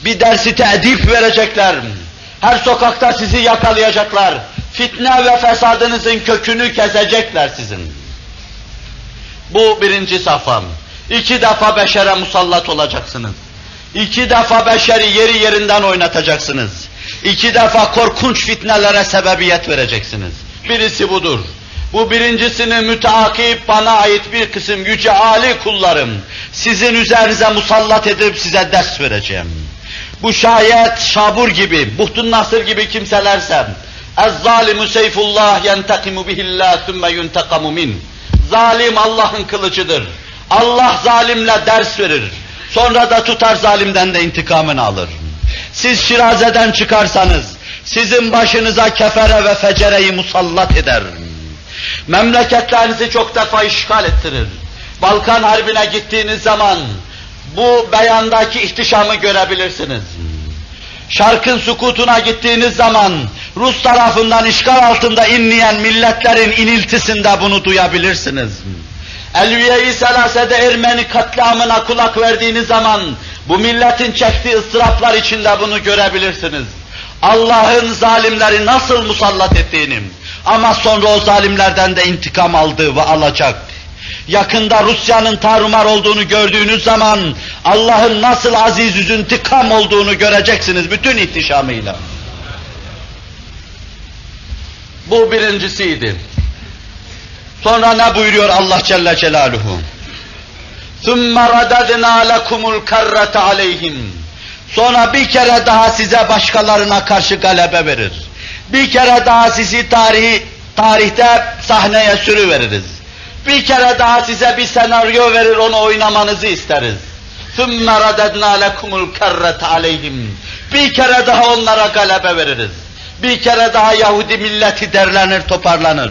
bir dersi te'dip verecekler. Her sokakta sizi yakalayacaklar. Fitne ve fesadınızın kökünü kesecekler sizin. Bu birinci safham. 2 defa beşere musallat olacaksınız. 2 defa beşeri yeri yerinden oynatacaksınız. 2 defa korkunç fitnelere sebebiyet vereceksiniz. Birisi budur. Bu birincisini müteakip bana ait bir kısım yüce âli kullarım sizin üzerinize musallat edip size ders vereceğim. Bu şayet Şabur gibi, Buhtun Nasır gibi kimselerse اَزْظَالِمُ سَيْفُ اللّٰهِ يَنْتَقِمُ بِهِ اللّٰهِ ثُمَّ يُنْتَقَمُ مِنْهِ Zalim Allah'ın kılıcıdır. Allah zalimle ders verir. Sonra da tutar zalimden de intikamını alır. Siz Şiraze'den çıkarsanız, sizin başınıza kefere ve fecereyi musallat eder. Memleketlerinizi çok defa işgal ettirir. Balkan Harbi'ne gittiğiniz zaman bu beyandaki ihtişamı görebilirsiniz. Şarkın sukutuna gittiğiniz zaman Rus tarafından işgal altında inleyen milletlerin iniltisinde bunu duyabilirsiniz. Elviye-i Selase'de Ermeni katliamına kulak verdiğiniz zaman bu milletin çektiği ıstıraplar içinde bunu görebilirsiniz. Allah'ın zalimleri nasıl musallat ettiğini ama sonra o zalimlerden de intikam aldığı ve alacak. Yakında Rusya'nın tarumar olduğunu gördüğünüz zaman Allah'ın nasıl aziz yüz intikam olduğunu göreceksiniz bütün ihtişamıyla. Bu birincisiydi. Sonra ne buyuruyor Allah Celle Celaluhu? ثُمَّ رَدَدْنَا لَكُمُ الْكَرَّةَ عَلَيْهِمْ Sonra bir kere daha size başkalarına karşı galebe verir. Bir kere daha sizi tarihte sahneye sürüveririz. Bir kere daha size bir senaryo verir, onu oynamanızı isteriz. ثُمَّ رَدَدْنَا لَكُمُ الْكَرَّةَ عَلَيْهِمْ Bir kere daha onlara galebe veririz. Bir kere daha Yahudi milleti derlenir, toparlanır.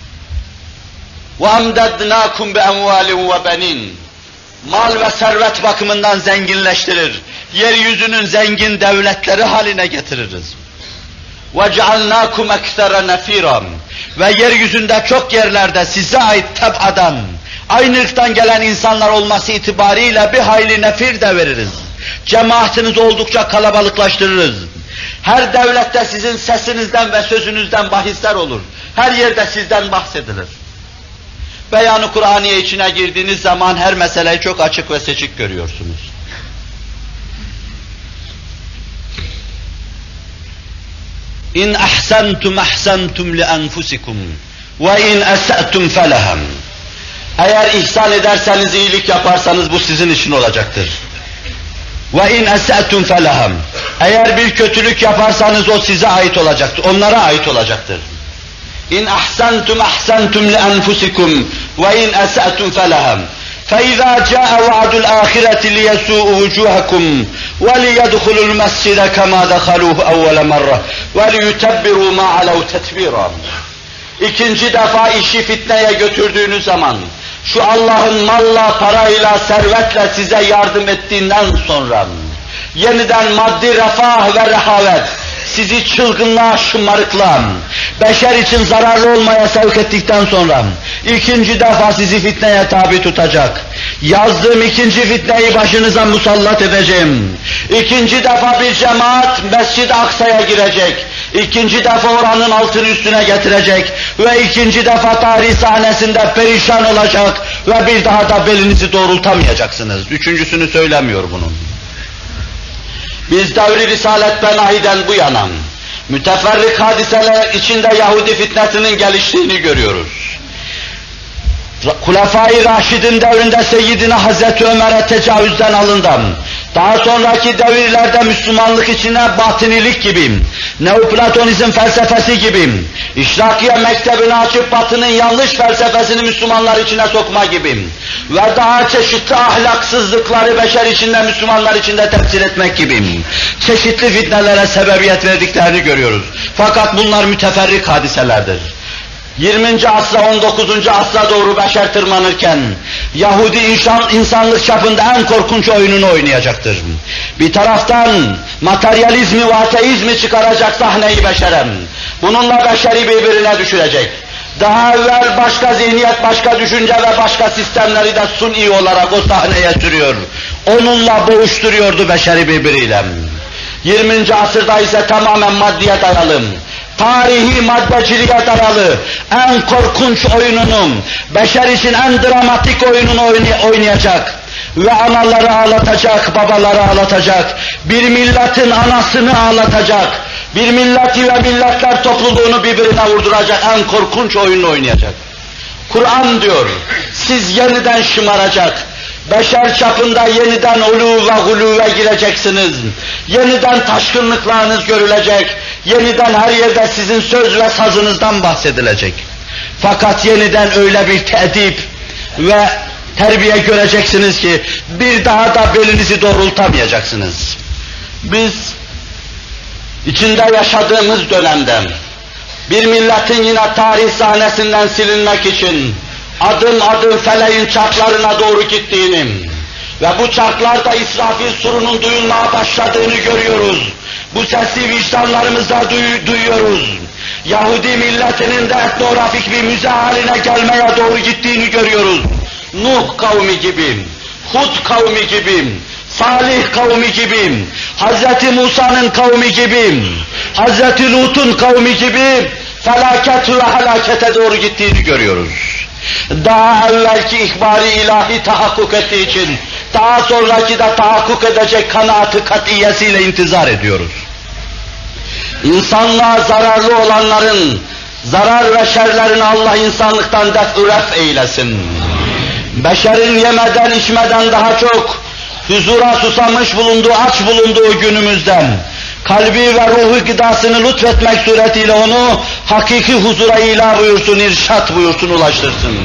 وَاَمْدَدْنَاكُمْ بِاَمْوَالٍ وَبَنِينَ Mal ve servet bakımından zenginleştirir. Yeryüzünün zengin devletleri haline getiririz. وَجَعَلْنَاكُمْ اَكْثَرَ نَف۪يرًا Ve yeryüzünde çok yerlerde size ait teb'adan, aynı ırktan gelen insanlar olması itibariyle bir hayli nefir de veririz. Cemaatinizi oldukça kalabalıklaştırırız. Her devlette sizin sesinizden ve sözünüzden bahisler olur. Her yerde sizden bahsedilir. Beyan-ı Kur'aniye içine girdiğiniz zaman her meseleyi çok açık ve seçik görüyorsunuz. İn ahsantum ahsantum li enfusikum ve in esa'tum felehem. Eğer ihsan ederseniz, iyilik yaparsanız bu sizin için olacaktır. Ve in esa'tum felehem. Eğer bir kötülük yaparsanız o size ait olacaktır, onlara ait olacaktır. İn ahsantum ahsantum li enfusikum ve in esa'tum felehem. فَإِذَا جَاءَ وَعْدُ الْآخِرَةِ لِيَسُوءُ وُجُوهَكُمْ وَلِيَدْخُلُوا الْمَسْجِدَ كَمَا دَخَلُوهُ أَوَّلَ مَرَّةٍ وَلِيُتَبِّرُوا مَا عَلَوْا تَتْبِيرًا İkinci defa işi fitneye götürdüğünüz zaman, şu Allah'ın malla, parayla, servetle size yardım ettiğinden sonra, yeniden maddi refah ve rehavet, sizi çılgınlığa, şımarıklığa, beşer için zararlı olmaya sevk ettikten sonra, ikinci defa sizi fitneye tabi tutacak. Yazdığım ikinci fitneyi başınıza musallat edeceğim. İkinci defa bir cemaat Mescid-i Aksa'ya girecek. İkinci defa oranın altını üstüne getirecek. Ve ikinci defa tarih sahnesinde perişan olacak. Ve bir daha da belinizi doğrultamayacaksınız. Üçüncüsünü söylemiyor bunun. Biz devri Risalet Benahi'den bu yana müteferrik hadiseler içinde Yahudi fitnesinin geliştiğini görüyoruz. Hulefai Raşid'in devrinde Seyyidina Hazreti Ömer'e tecavüzden alından, daha sonraki devirlerde Müslümanlık içine batınilik gibi, Neoplatonizm felsefesi gibi, İşrakiye mektebini açıp Batı'nın yanlış felsefesini Müslümanlar içine sokma gibi ve daha çeşitli ahlaksızlıkları beşer içinde, Müslümanlar içinde temsil etmek gibi çeşitli fitnelere sebebiyet verdiklerini görüyoruz. Fakat bunlar müteferrik hadiselerdir. 20. asra, 19. asra doğru beşer tırmanırken, Yahudi insanlık çapında en korkunç oyununu oynayacaktır. Bir taraftan materyalizmi ve ateizmi çıkaracak sahneyi beşerem. Bununla beşeri birbirine düşürecek. Daha evvel başka zihniyet, başka düşünce ve başka sistemleri de suni olarak o sahneye sürüyor. Onunla boğuşturuyordu beşeri birbiriyle. 20. asırda ise tamamen maddeye dayalı, tarihi maddeciliğe dayalı en korkunç oyununu, beşer için en dramatik oyununu oynayacak ve anaları ağlatacak, babaları ağlatacak, bir milletin anasını ağlatacak, bir milleti ve milletler topluluğunu birbirine vurduracak en korkunç oyunu oynayacak. Kur'an diyor, siz yeniden şımaracak, beşer çapında yeniden ulu ve guluve gireceksiniz, yeniden taşkınlıklarınız görülecek, yeniden her yerde sizin söz ve sazınızdan bahsedilecek. Fakat yeniden öyle bir teedip ve terbiye göreceksiniz ki bir daha da belinizi doğrultamayacaksınız. Biz içinde yaşadığımız dönemde bir milletin yine tarih sahnesinden silinmek için adım adım feleğin çarklarına doğru gittiğini ve bu çarklarda İsrafil surunun duyulmaya başladığını görüyoruz. Bu sesi vicdanlarımızda duyuyoruz. Yahudi milletinin de etnografik bir müze haline gelmeye doğru gittiğini görüyoruz. Nuh kavmi gibi, Hud kavmi gibi, Salih kavmi gibi, Hz. Musa'nın kavmi gibi, Hz. Lut'un kavmi gibi felaket ve helakete doğru gittiğini görüyoruz. Daha evvelki ihbari ilahi tahakkuk ettiği için, daha sonraki de tahakkuk edecek kanaatı katiyesiyle intizar ediyoruz. İnsanlığa zararlı olanların zarar ve şerlerini Allah insanlıktan def eylesin. Beşerin yemeden içmeden daha çok huzura susamış bulunduğu, aç bulunduğu günümüzden kalbi ve ruhu gıdasını lütfetmek suretiyle onu hakiki huzura ilah buyursun, irşat buyursun, ulaştırsın.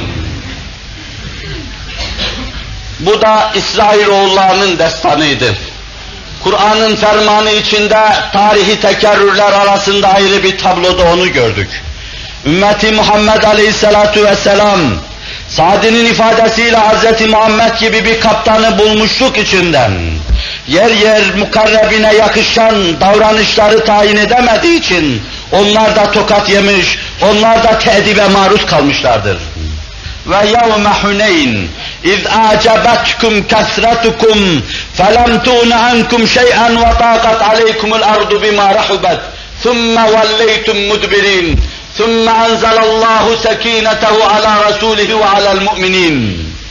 Bu da İsrailoğullarının destanıydı. Kur'an'ın fermanı içinde tarihi tekerrürler arasında ayrı bir tabloda onu gördük. Ümmeti Muhammed Aleyhisselatu Vesselam, Sa'di'nin ifadesiyle Hz. Muhammed gibi bir kaptanı bulmuşluk içinden, yer yer mukarrebine yakışan davranışları tayin edemediği için, onlar da tokat yemiş, onlar da teedibe maruz kalmışlardır. Ve yevme Huneyn, iz a'cebetkum kesretukum, felem tuğne ankum şey'en ve taqat aleykumul ardu bima rahubet, thumme velleytum mudbirin. ثُمَّ أَنْزَلَ اللّٰهُ سَك۪ينَتَهُ عَلَى رَسُولِهِ وَعَلَى الْمُؤْمِنِينَ.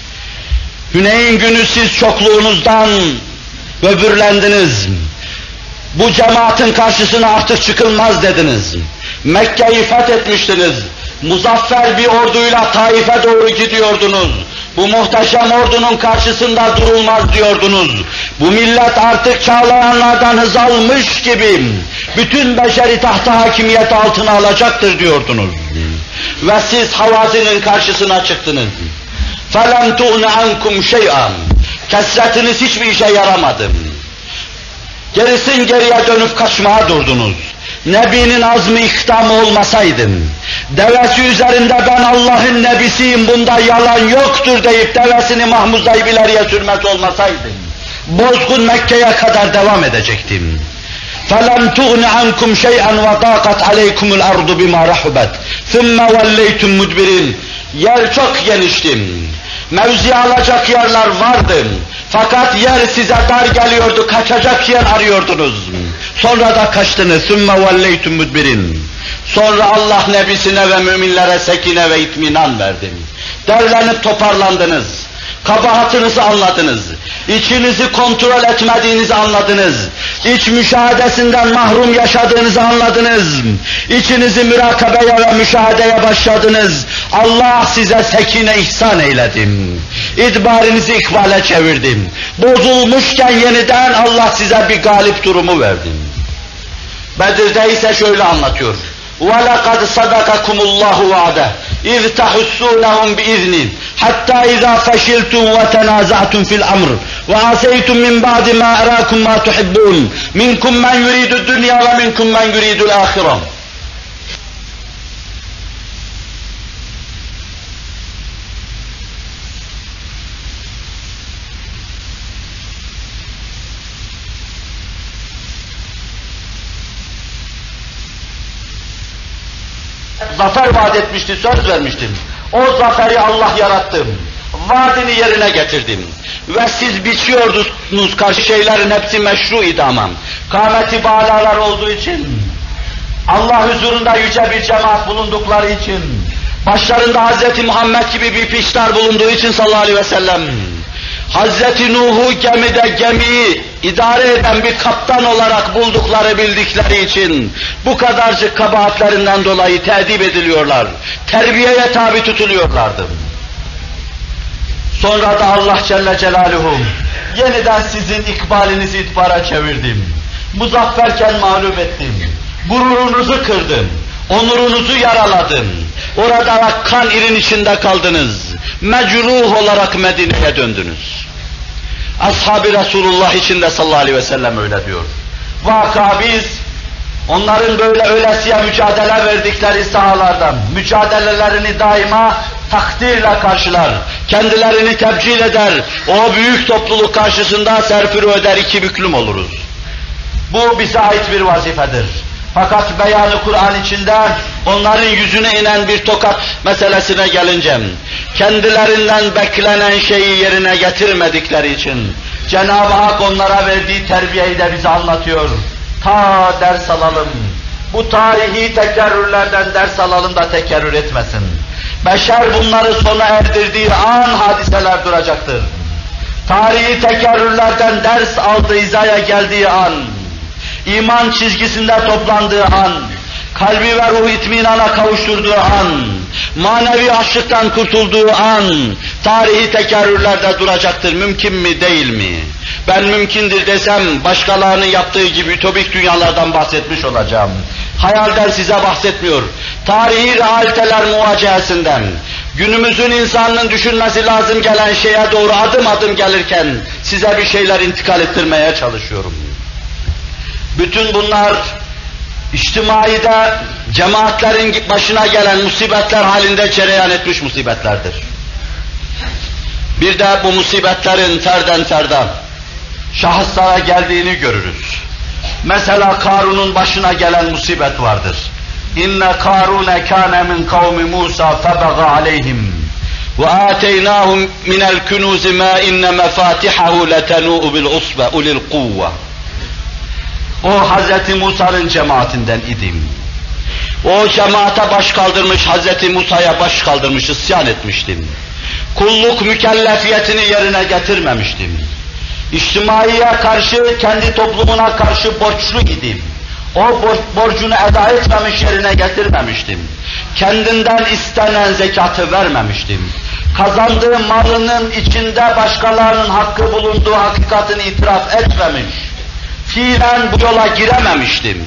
Hüneyn günü siz çokluğunuzdan böbürlendiniz. Bu cemaatin karşısına artık çıkılmaz dediniz. Mekke'yi fethetmiştiniz. Muzaffer bir orduyla Taif'e doğru gidiyordunuz. Bu muhteşem ordunun karşısında durulmaz diyordunuz. Bu millet artık çağlayanlardan hız almış gibi bütün beşeri tahta hakimiyeti altına alacaktır diyordunuz. Ve siz Havazin'in karşısına çıktınız. فَلَمْ تُغْنَ عَنْكُمْ شَيْئًا. Kesretiniz hiçbir işe yaramadı. Gerisin geriye dönüp kaçmaya durdunuz. Nebinin azmi ikdamı olmasaydın, devesi üzerinde ben Allah'ın nebisiyim, bunda yalan yoktur deyip devesini mahmuzlayıp ileriye sürmez olmasaydın, bozgun Mekke'ye kadar devam edecektim. فَلَمْ تُغْنِ عَنْكُمْ شَيْئًا وَضَاقَتْ عَلَيْكُمُ الْأَرْضُ بِمَا رَحُبَتْ ثُمَّ وَلَّيْتُمْ مُدْبِرِينَ. Yer çok geniştim, mevzi alacak yerler vardı, fakat yer size dar geliyordu, kaçacak yer arıyordunuz. Sonra da kaçtınız. ثُمَّ وَلَّيْتُمْ مُدْبِرِينَ. Sonra Allah nebisine ve müminlere sekine ve itminan verdi. Derlenip toparlandınız. Kabahatınızı anladınız. İçinizi kontrol etmediğinizi anladınız. İç müşahadesinden mahrum yaşadığınızı anladınız. İçinizi mürakabeye ve müşahadeye başladınız. Allah size sekine ihsan eyledim. İdbarinizi ikbale çevirdim. Bozulmuşken yeniden Allah size bir galip durumu verdim. Bedir'de ise şöyle anlatıyor. وَلَقَدْ صَدَقَكُمُ اللّٰهُ وَعْدَهُ اِذْ تَحُسُّونَهُمْ بِإِذْنِهِ حَتَّى اِذَا فَشِلْتُمْ وَتَنَازَعْتُمْ فِي الْأَمْرِ وَعَصَيْتُمْ مِنْ بَعْدِ مَا أَرَاكُمْ مَا تُحِبُّونَ مِنْكُمْ مَنْ يُرِيدُ الدُّنْيَا وَمِنْكُمْ مَنْ يُرِيدُ الْآخِرَةَ. Zafer vaat etmişti, söz vermiştim. O zaferi Allah yarattı. vaadini yerine getirdim. Ve siz biçiyordunuz karşı şeylerin hepsi meşru idi ama. Kâmeti bağlalar olduğu için, Allah huzurunda yüce bir cemaat bulundukları için, başlarında Hz. Muhammed gibi bir piştar bulunduğu için sallallahu aleyhi ve sellem, Hz. Nuh'u gemide gemiyi idare eden bir kaptan olarak buldukları bildikleri için bu kadarcık kabahatlerinden dolayı teedip ediliyorlar, terbiyeye tabi tutuluyorlardı. Sonra da Allah Celle Celaluhu yeniden sizin ikbalinizi itibara çevirdim. Muzafferken mağlup ettim. Gururunuzu kırdım. Onurunuzu yaraladım. Orada kan irin içinde kaldınız. Mecruh olarak Medine'ye döndünüz. Ashab-ı Resulullah için de sallallahu aleyhi ve sellem öyle diyor. Vaka biz onların böyle öylesiye mücadele verdikleri sahalardan, mücadelelerini daima takdirle karşılar, kendilerini tebcil eder, o büyük topluluk karşısında serpürü öder, iki büklüm oluruz. Bu bize ait bir vazifedir. Fakat beyanı Kur'an içinde onların yüzüne inen bir tokat meselesine gelince, kendilerinden beklenen şeyi yerine getirmedikleri için Cenab-ı Hak onlara verdiği terbiyeyi de bize anlatıyor. Ta ders alalım, bu tarihi tekerrürlerden ders alalım da tekerrür etmesin. Beşer bunları sona erdirdiği an hadiseler duracaktır. Tarihi tekerrürlerden ders aldığı hizaya geldiği an, iman çizgisinde toplandığı an, kalbi ve ruh itminana kavuşturduğu an, manevi açlıktan kurtulduğu an, tarihi tekerrürlerde duracaktır. Mümkün mü değil mi? Ben mümkündür desem, başkalarının yaptığı gibi ütopik dünyalardan bahsetmiş olacağım. Hayalden size bahsetmiyor. Tarihi realiteler muvacehesinden, günümüzün insanının düşünmesi lazım gelen şeye doğru adım adım gelirken, size bir şeyler intikal ettirmeye çalışıyorum. Bütün bunlar, içtimaide cemaatlerin başına gelen musibetler halinde cereyan etmiş musibetlerdir. Bir de bu musibetlerin ferden ferda şahıslara geldiğini görürüz. Mesela Karun'un başına gelen musibet vardır. İnne Karune kâne min kavmi Musa febaga aleyhim ve âteynâhum minel kunûzi mâ inne mefâtihahu letenû'u bil usbe ulil kuvve. O Hz. Musa'nın cemaatinden idim. O cemaate baş kaldırmış, Hz. Musa'ya baş kaldırmış, isyan etmiştim. Kulluk mükellefiyetini yerine getirmemiştim. İçtimaiye karşı, kendi toplumuna karşı borçlu idim. O borcunu eda etmemiş, yerine getirmemiştim. Kendinden istenen zekatı vermemiştim. Kazandığı malının içinde başkalarının hakkı bulunduğu hakikatini itiraf etmemiş. Fiilen bu yola girememiştim.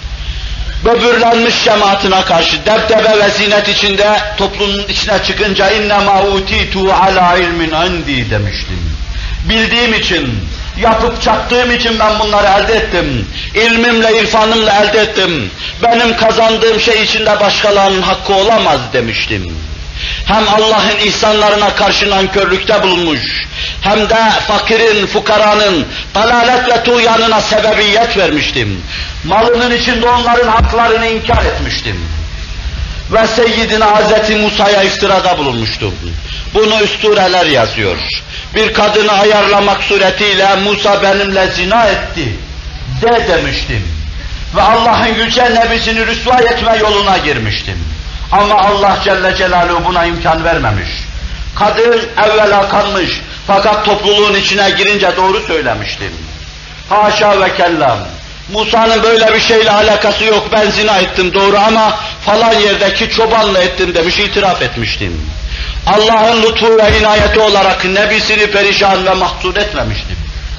Böbürlenmiş cemaatine karşı debdebe ve zinet içinde toplumun içine çıkınca اِنَّمَا اُوْتِيتُ عَلَى عِلْمٍ عِنْدِي demiştim. Bildiğim için, yapıp çaktığım için ben bunları elde ettim. İlmimle, irfanımla elde ettim. Benim kazandığım şey içinde başkalarının hakkı olamaz demiştim. Hem Allah'ın ihsanlarına karşı nankörlükte bulunmuş, hem de fakirin, fukaranın dalalet ve tuğyanına sebebiyet vermiştim. Malının içinde onların haklarını inkar etmiştim. Ve Seyyidina Hz. Musa'ya iftirada bulunmuştum. Bunu üstüreler yazıyor. Bir kadını ayarlamak suretiyle Musa benimle zina etti de demiştim. Ve Allah'ın yüce nebisini rüsva etme yoluna girmiştim. Ama Allah Celle Celaluhu buna imkan vermemiş. Kadın evvela kanmış, fakat topluluğun içine girince doğru söylemiştim. Haşa ve kellam. Musa'nın böyle bir şeyle alakası yok, ben zina ettim doğru ama falan yerdeki çobanla ettim demiş, itiraf etmiştim. Allah'ın lütfu ve inayeti olarak nebisini perişan ve mahzun etmemiştim.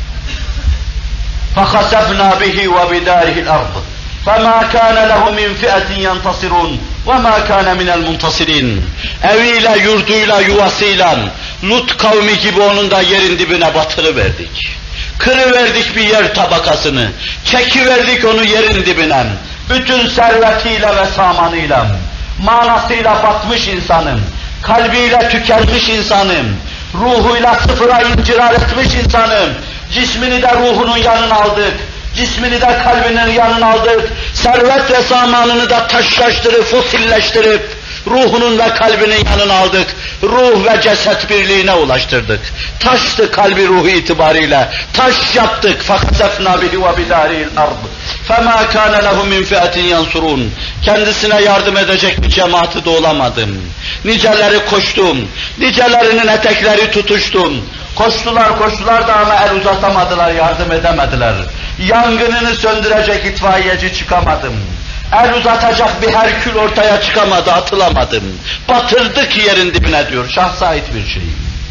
فَخَسَفْنَا بِهِ وَبِدَارِهِ الْأَرْضِ فَمَا كَانَ لَهُ مِنْ فِئَةٍ يَنْتَصِرُونَ وَمَا كَانَ مِنَ الْمُنْتَصِرِينَ. Eviyle, yurduyla, yuvasıyla Lut kavmi gibi onun da yerin dibine batırıverdik. Kırıverdik bir yer tabakasını, çekiverdik onu yerin dibine. Bütün servetiyle ve samanıyla, manasıyla batmış insanım, kalbiyle tükenmiş insanım, ruhuyla sıfıra incirar etmiş insanım, cismini de ruhunun yanına aldık, cismini de kalbinin yanına aldık, servet ve samanını da taşlaştırıp, fosilleştirip, ruhunun ve kalbinin yanına aldık, ruh ve ceset birliğine ulaştırdık. Taştı kalbi ruhu itibariyle, taş yaptık. فَخَسَفْنَا بِهِ وَبِدَارِهِ الْأَرْضِ فَمَا كَانَ لَهُ مِنْ فِئَةٍ يَنْصُرُونَ. Kendisine yardım edecek bir cemaati de olamadım. Niceleri koştum, nicelerinin etekleri tutuştum. Koştular da ama el uzatamadılar, yardım edemediler. Yangınını söndürecek itfaiyeci çıkamadım. El uzatacak bir Herkül ortaya çıkamadı, atılamadım. Batırdık yerin dibine diyor, şahsa ait bir şey.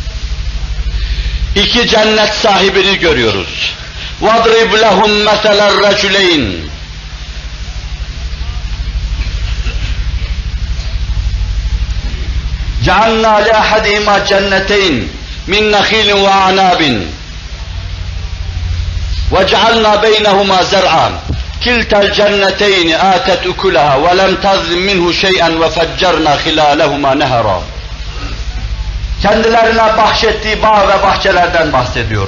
İki cennet sahibini görüyoruz. وَاضْرِبْ لَهُمْ مَثَلَ الرَّجُلَيْنِ جَعَلْنَا لِأَحَدِهِمَا جَنَّتَيْنِ مِنْ نَخِيلٍ وَأَعْنَابٍ وَجَعَلْنَا بَيْنَهُمَا زَرْعًا كِلْتَا الْجَنَّتَيْنِ آتَتْ أُكُلَهَا وَلَمْ تَظْلِمْ مِنْهُ شَيْئًا وَفَجَّرْنَا خِلَالَهُمَا نَهَرًا. Kendilerine bahşettiği bağ ve bahçelerden bahsediyor.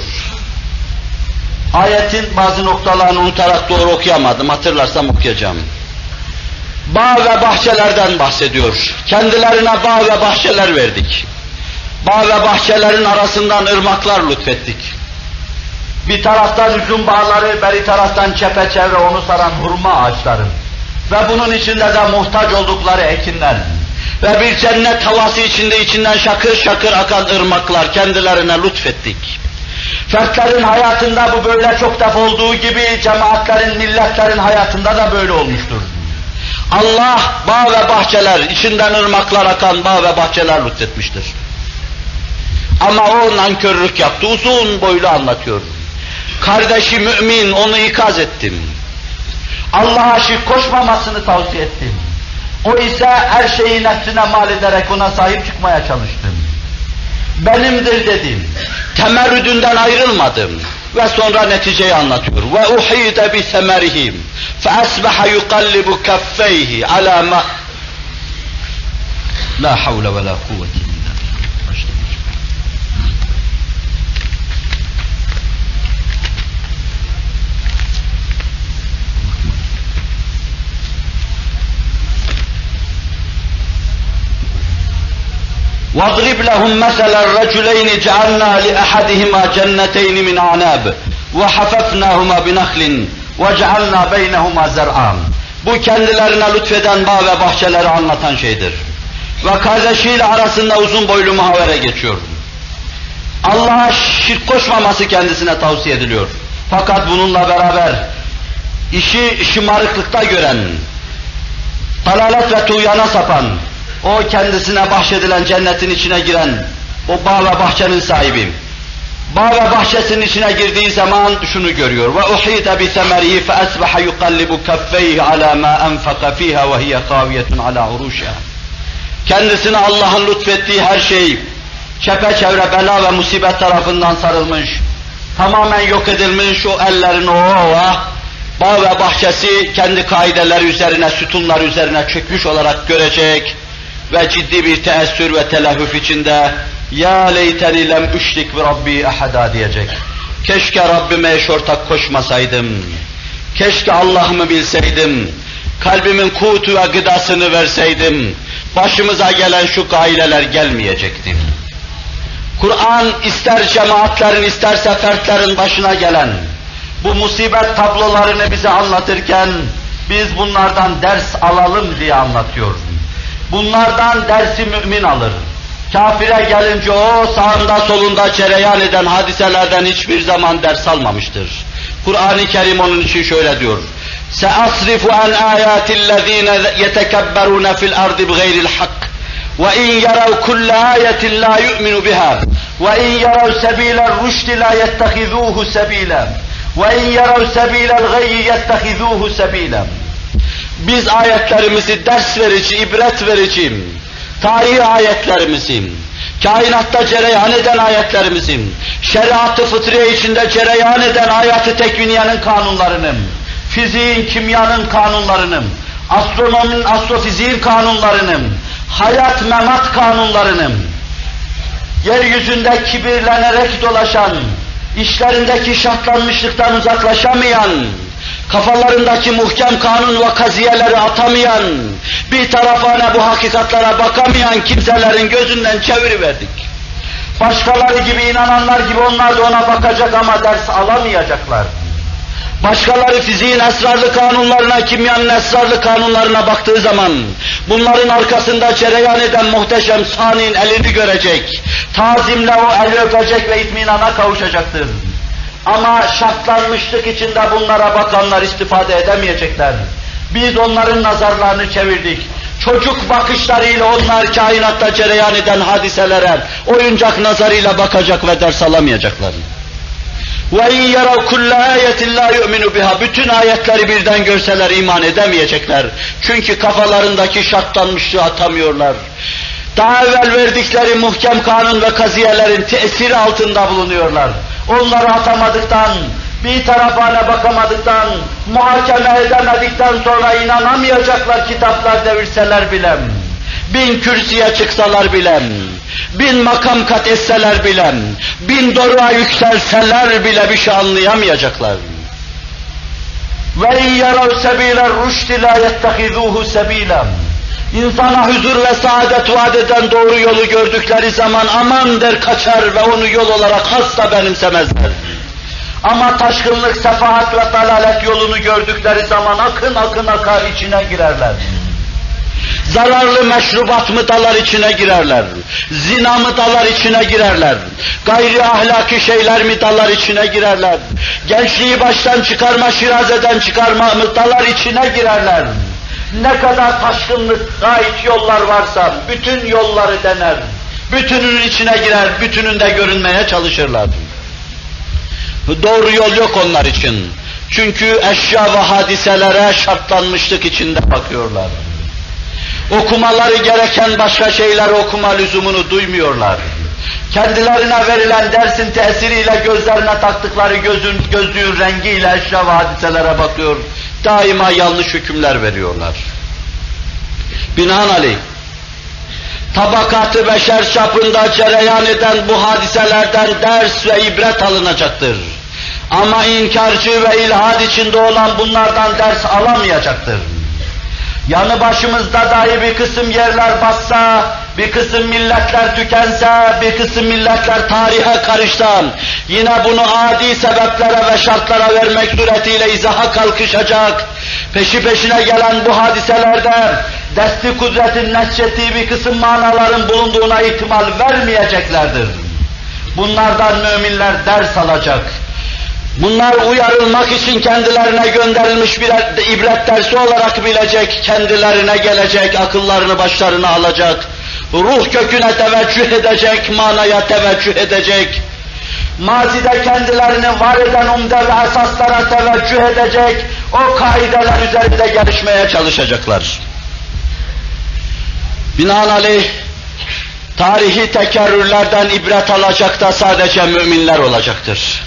Ayetin bazı noktalarını unutarak doğru okuyamadım, hatırlarsam okuyacağım. Bağ ve bahçelerden bahsediyor. Kendilerine bağ ve bahçeler verdik. Bağ ve bahçelerin arasından ırmaklar lütfettik. Bir taraftan üzüm bağları, beri taraftan çepeçevre onu saran hurma ağaçları ve bunun içinde de muhtaç oldukları ekinler ve bir cennet havası içinde içinden şakır şakır akan ırmaklar kendilerine lütfettik. Fertlerin hayatında bu böyle çok defa olduğu gibi cemaatlerin, milletlerin hayatında da böyle olmuştur. Allah bağ ve bahçeler, içinden ırmaklar akan bağ ve bahçeler lütfetmiştir. Ama o nankörlük yaptı, uzun boylu anlatıyor. Kardeşi mümin, onu ikaz ettim. Allah'a şirk koşmamasını tavsiye ettim. O ise her şeyi nefsine mal ederek ona sahip çıkmaya çalıştım. Benimdir dedim. Temerrüdünden ayrılmadım. Ve sonra neticeyi anlatıyor. Ve uhide bi semerihim fe asbaha yuqallibu kaffeyhi ala ma la havle ve la kuvvete illa billah. وَاضْرِبْ لَهُمْ مَثَلَ الرَّجُلَيْنِ جَعَلْنَا لِأَحَدِهِمَا جَنَّتَيْنِ مِنْ أَعْنَابٍ وَحَفَفْنَاهُمَا بِنَخْلٍ وَجَعَلْنَا بَيْنَهُمَا زَرْعًا. Bu kendilerine lütfeden bağ ve bahçeleri anlatan şeydir. Ve kardeşiyle arasında uzun boylu muhavere geçiyor. Allah'a şirk koşmaması kendisine tavsiye ediliyor. Fakat bununla beraber işi şımarıklıkta gören, dalalet ve tuğyana sapan, o kendisine bahşedilen cennetin içine giren, o bağ ve bahçenin sahibi, bağ ve bahçesinin içine girdiği zaman şunu görüyor. وَاُحِيدَ بِثَمَرِهِ فَأَسْبَحَ يُقَلِّبُ كَفَّيْهِ عَلَى مَا أَنْفَقَ فِيهَا وَهِيَ خَاوِيَةٌ عَلَى عُرُوشِهَا. Kendisine Allah'ın lütfettiği her şey, çepeçevre bela ve musibet tarafından sarılmış, tamamen yok edilmiş, o ellerin bağ ve bahçesi kendi kaideleri üzerine, sütunlar üzerine çökmüş olarak görecek ve ciddi bir teessür ve telahüf içinde ya leyteni lem üşrik bi rabbi ahada diyecek. Keşke Rabbime eş ortak koşmasaydım. Keşke Allah'ımı bilseydim. Kalbimin kutu ve gıdasını verseydim. Başımıza gelen şu gaileler gelmeyecekti. Kur'an ister cemaatlerin isterse fertlerin başına gelen bu musibet tablolarını bize anlatırken biz bunlardan ders alalım diye anlatıyor. Bunlardan dersi mümin alır. Kafire gelince o sağında solunda cereyan eden hadiselerden hiçbir zaman ders almamıştır. Kur'an-ı Kerim onun için şöyle diyor. سَأَصْرِفُ عَنْ آيَاتِ الَّذ۪ينَ يَتَكَبَّرُونَ فِي الْأَرْضِ بِغَيْرِ الْحَقِّ وَاِنْ يَرَوْا كُلَّ آيَةٍ لَا يُؤْمِنُ بِهَا وَاِنْ يَرَوْا سَب۪يلَ الرُّشْدِ لَا يَتَّخِذُوهُ سَب۪يلًا وَاِنْ يَرَوْا سَب۪يلَ الْغَيِّ يَتَّخِذُوهُ سَب۪يلًا. Biz ayetlerimizi ders verici, ibret verici, tarihi ayetlerimizi, kainatta cereyan eden ayetlerimizi, şeriat-ı fıtriye içinde cereyan eden hayat-ı tekviniyenin kanunlarını, fiziğin, kimyanın kanunlarını, astronominin, astrofiziğin kanunlarını, hayat memat kanunlarını, yeryüzünde kibirlenerek dolaşan, işlerindeki şartlanmışlıktan uzaklaşamayan, kafalarındaki muhkem kanun ve kaziyeleri atamayan, bir tarafına bu hakikatlara bakamayan kimselerin gözünden çeviriverdik. Başkaları gibi, inananlar gibi onlar da ona bakacak ama ders alamayacaklar. Başkaları fiziğin esrarlı kanunlarına, kimyanın esrarlı kanunlarına baktığı zaman, bunların arkasında cereyan eden muhteşem sani'nin elini görecek, tazimle o eli öpecek ve itminana kavuşacaktır. Ama şartlanmışlık içinde bunlara bakanlar istifade edemeyecekler. Biz onların nazarlarını çevirdik. Çocuk bakışlarıyla onlar kainatta cereyan eden hadiselere oyuncak nazarıyla bakacak ve ders alamayacaklar. وَاِنْ يَرَوْ كُلَّ آيَةٍ لَا يُؤْمِنُ بِهَا bütün ayetleri birden görseler iman edemeyecekler. Çünkü kafalarındaki şartlanmışlığı atamıyorlar. Daha evvel verdikleri muhkem kanun ve kaziyelerin tesiri altında bulunuyorlar. Onları atamadıktan, bir tarafına bakamadıktan, muhakeme edemedikten sonra inanamayacaklar kitaplar devirseler bile. 1000 kürsüye çıksalar bile, 1000 makam kat etseler bile, 1000 doruğa yükselseler bile bir şey anlayamayacaklar. وَاِنْ يَرَوْ سَب۪يلَ الرُّشْدِ لَا يَتَّخِذُوهُ سَب۪يلًا İnsana huzur ve saadet vaat eden doğru yolu gördükleri zaman aman der kaçar ve onu yol olarak asla benimsemezler. Ama taşkınlık, sefahat ve dalalet yolunu gördükleri zaman akın akın akar içine girerler. Zararlı meşrubat mı dalar içine girerler, zina mı dalar içine girerler, gayri ahlaki şeyler mi dalar içine girerler, gençliği baştan çıkarma, şirazeden çıkarma mı dalar içine girerler. Ne kadar taşkınlık, gayet yollar varsa bütün yolları dener, bütününün içine girer, bütününde görünmeye çalışırlar. Doğru yol yok onlar için. Çünkü eşya ve hadiselere şartlanmışlık içinde bakıyorlar. Okumaları gereken başka şeyler okuma lüzumunu duymuyorlar. Kendilerine verilen dersin tesiriyle gözlerine taktıkları gözlüğün rengiyle eşya ve hadiselere bakıyor. Daima yanlış hükümler veriyorlar. Binaenaleyh, tabakatı beşer çapında cereyan eden bu hadiselerden ders ve ibret alınacaktır. Ama inkarcı ve ilhad içinde olan bunlardan ders alamayacaktır. Yanı başımızda dahi bir kısım yerler bassa, bir kısım milletler tükense, bir kısım milletler tarihe karışsa, yine bunu adi sebeplere ve şartlara vermek suretiyle izaha kalkışacak, peşi peşine gelen bu hadiselerde desti kudretin neşrettiği bir kısım manaların bulunduğuna ihtimal vermeyeceklerdir. Bunlardan müminler ders alacak. Bunlar uyarılmak için kendilerine gönderilmiş bir ibret dersi olarak bilecek, kendilerine gelecek, akıllarını başlarına alacak, ruh köküne teveccüh edecek, manaya teveccüh edecek, mazide kendilerini var eden umde ve esaslara teveccüh edecek, o kaideler üzerinde gelişmeye çalışacaklar. Binaenaleyh, tarihi tekerrürlerden ibret alacak da sadece müminler olacaktır.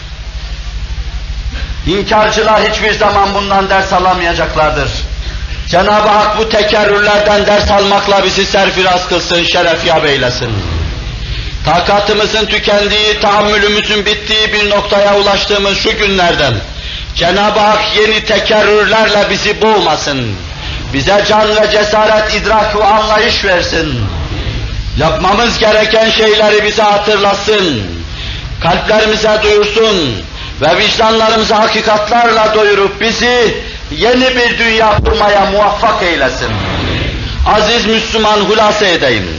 İnkarcılar hiçbir zaman bundan ders alamayacaklardır. Cenab-ı Hak bu tekerrürlerden ders almakla bizi serfiraz kılsın, şerefyab eylesin. Takatımızın tükendiği, tahammülümüzün bittiği bir noktaya ulaştığımız şu günlerden Cenab-ı Hak yeni tekerrürlerle bizi boğmasın. Bize can ve cesaret, idrak ve anlayış versin. Yapmamız gereken şeyleri bize hatırlasın. Kalplerimize duyursun. Ve vicdanlarımızı hakikatlarla doyurup bizi yeni bir dünya kurmaya muvaffak eylesin. Aziz Müslüman, hulasa edeyim.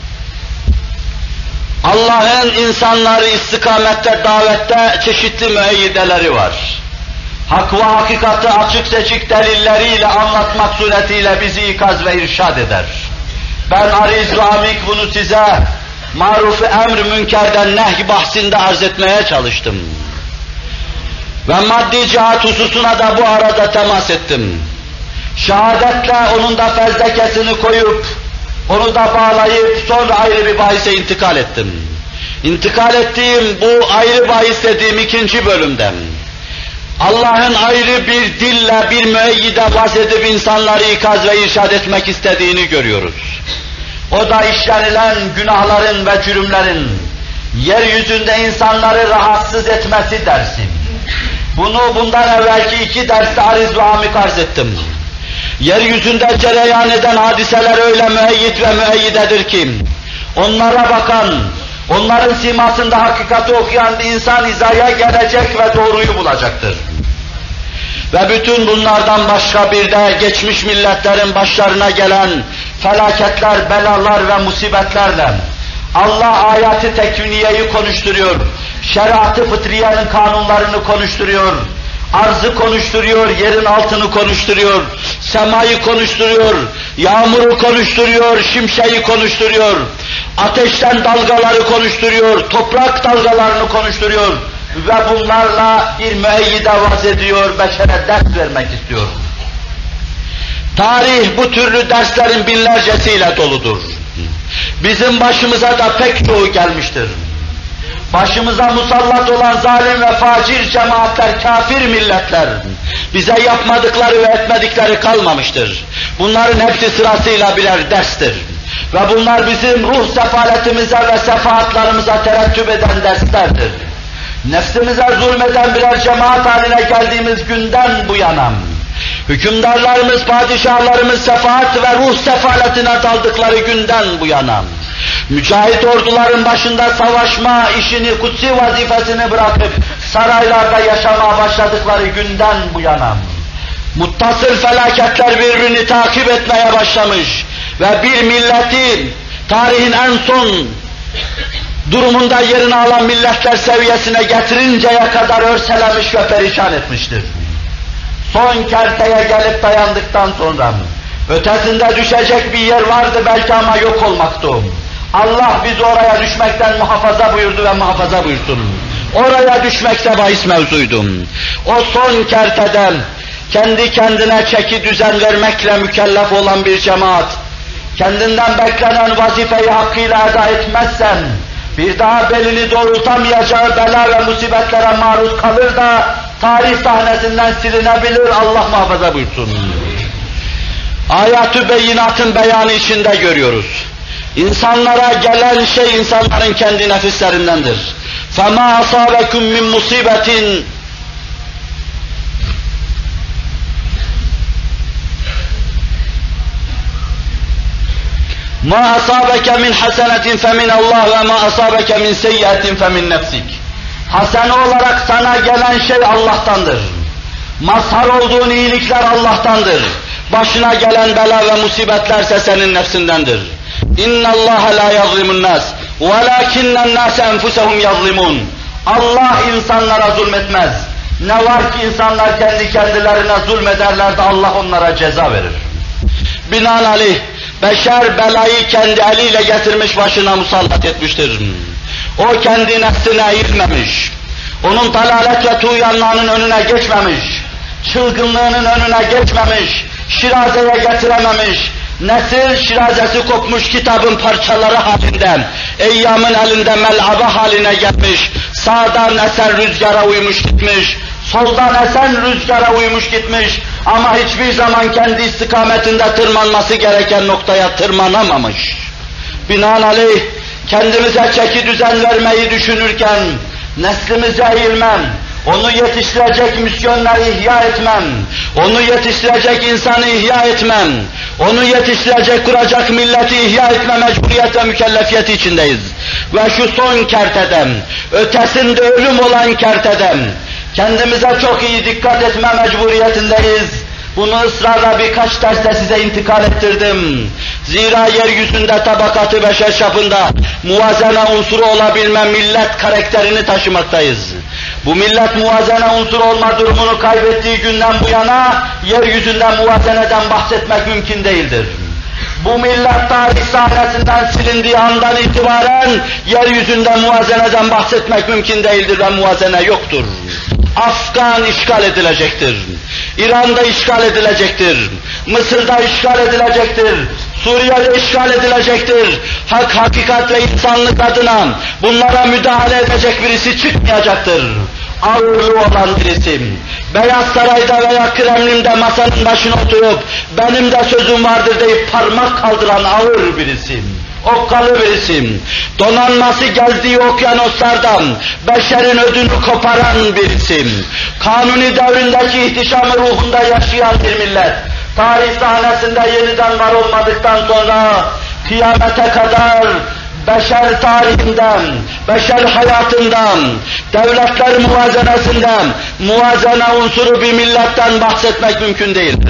Allah'ın insanları istikamette, davette çeşitli müeyyideleri var. Hak ve hakikati açık seçik delilleriyle anlatmak suretiyle bizi ikaz ve irşad eder. Ben ariz ve amik bunu size maruf-u emr münkerden nehy bahsinde arz etmeye çalıştım. Ve maddi cihat hususuna da bu arada temas ettim. Şehadetle onun da fezlekesini koyup, onu da bağlayıp sonra ayrı bir bahise intikal ettim. İntikal ettiğim bu ayrı bahis dediğim ikinci bölümden Allah'ın ayrı bir dille, bir müeyyide bahsedip insanları ikaz ve irşad etmek istediğini görüyoruz. O da işlenilen günahların ve cürümlerin yeryüzünde insanları rahatsız etmesi dersi. Bunu bundan evvelki 2 derste ariz ve amik arz ettim. Yeryüzünde cereyan eden hadiseler öyle müeyyit ve müeyyidedir ki, onlara bakan, onların simasında hakikati okuyan insan hizaya gelecek ve doğruyu bulacaktır. Ve bütün bunlardan başka bir de geçmiş milletlerin başlarına gelen felaketler, belalar ve musibetlerle Allah ayat-ı tekviniyeyi konuşturuyor, şeriat-ı fıtriyenin kanunlarını konuşturuyor, arzı konuşturuyor, yerin altını konuşturuyor, semayı konuşturuyor, yağmuru konuşturuyor, şimşeği konuşturuyor, ateşten dalgaları konuşturuyor, toprak dalgalarını konuşturuyor ve bunlarla bir müeyyide vaz ediyor, beşere ders vermek istiyor. Tarih bu türlü derslerin binlercesiyle doludur. Bizim başımıza da pek çoğu gelmiştir. Başımıza musallat olan zalim ve facir cemaatler, kafir milletler, bize yapmadıkları ve etmedikleri kalmamıştır. Bunların hepsi sırasıyla birer derstir. Ve bunlar bizim ruh sefaletimize ve sefahatlarımıza terettüp eden derslerdir. Nefsimize zulmeden birer cemaat haline geldiğimiz günden bu yana, hükümdarlarımız, padişahlarımız sefahat ve ruh sefaletine daldıkları günden bu yana, mücahit orduların başında savaşma işini, kutsi vazifesini bırakıp saraylarda yaşamaya başladıkları günden bu yana, muttasıl felaketler birbirini takip etmeye başlamış ve bir milleti tarihin en son durumunda yerini alan milletler seviyesine getirinceye kadar örselemiş ve perişan etmiştir. Son kerteye gelip dayandıktan sonra, ötesinde düşecek bir yer vardı belki ama yok olmaktı. Allah bizi oraya düşmekten muhafaza buyurdu ve muhafaza buyursun. Oraya düşmekte bahis mevzuydu. O son kerteden kendi kendine çeki düzen vermekle mükellef olan bir cemaat, kendinden beklenen vazifeyi hakkıyla eda etmezsen, bir daha belini doğrultamayacağı bela ve musibetlere maruz kalır da tarih sahnesinden silinebilir, Allah muhafaza buyursun. Ayat-ı beyinatın beyanı içinde görüyoruz. İnsanlara gelen şey insanların kendi nefislerindendir. فَمَا أَصَابَكُمْ مِنْ مُصِيبَةٍ مَا أَصَابَكَ مِنْ حَسَنَةٍ فَمِنَ اللّٰهِ وَمَا أَصَابَكَ مِنْ سَيِّئَةٍ فَمِنْ نَفْسِكَ. Hasene olarak sana gelen şey Allah'tandır. Mazhar olduğun iyilikler Allah'tandır. Başına gelen bela ve musibetlerse senin nefsindendir. اِنَّ اللّٰهَ لَا يَظْلِمُ النَّاسِ وَلَاكِنَّ النَّاسَ أَنْفُسَهُمْ يَظْلِمُونَ. Allah insanlara zulmetmez. Ne var ki insanlar kendi kendilerine zulmederler de Allah onlara ceza verir. Binaenaleyh beşer belayı kendi eliyle getirmiş başına musallat etmiştir. O kendi nefsine eğilmemiş. Onun dalalet ve tuğyanlığının önüne geçmemiş. Çılgınlığının önüne geçmemiş. Şirazeye getirememiş. Nesil şirazesi kopmuş kitabın parçaları halinde, eyyamın elinde mel'aba haline gelmiş, sağdan esen rüzgara uymuş gitmiş, soldan esen rüzgara uymuş gitmiş ama hiçbir zaman kendi istikametinde tırmanması gereken noktaya tırmanamamış. Binaenaleyh kendimize çeki düzen vermeyi düşünürken neslimize eğilmem, onu yetiştirecek misyonları ihya etmem, onu yetiştirecek insanı ihya etmem, onu yetiştirecek, kuracak milleti ihya etme mecburiyet ve mükellefiyeti içindeyiz. Ve şu son kerteden, ötesinde ölüm olan kerteden, kendimize çok iyi dikkat etme mecburiyetindeyiz. Bunu ısrarla birkaç derste size intikal ettirdim. Zira yeryüzünde tabakatı beşer çapında muvazene unsuru olabilme millet karakterini taşımaktayız. Bu millet muvazene unsuru olma durumunu kaybettiği günden bu yana yeryüzünde muvazeneden bahsetmek mümkün değildir. Bu millet tarih sahnesinden silindiği andan itibaren yeryüzünde muvazeneden bahsetmek mümkün değildir ve muvazene yoktur. Afgan işgal edilecektir. İran'da işgal edilecektir. Mısır'da işgal edilecektir. Suriye'de işgal edilecektir. Hak, hakikat ve insanlık adına bunlara müdahale edecek birisi çıkmayacaktır. Ağırlığı olan birisi, Beyaz Saray'da veya Kremlin'de masanın başına oturup benim de sözüm vardır deyip parmak kaldıran ağır birisi. okkalı bir isim. Donanması gezdiği okyanuslardan beşerin ödünü koparan bir isim. Kanuni devrindeki ihtişamı ruhunda yaşayan bir millet. Tarih sahnesinde yeniden var olmadıktan sonra kıyamete kadar beşer tarihinden, beşer hayatından, devletler muvazenesinden, muvazene unsuru bir milletten bahsetmek mümkün değildir.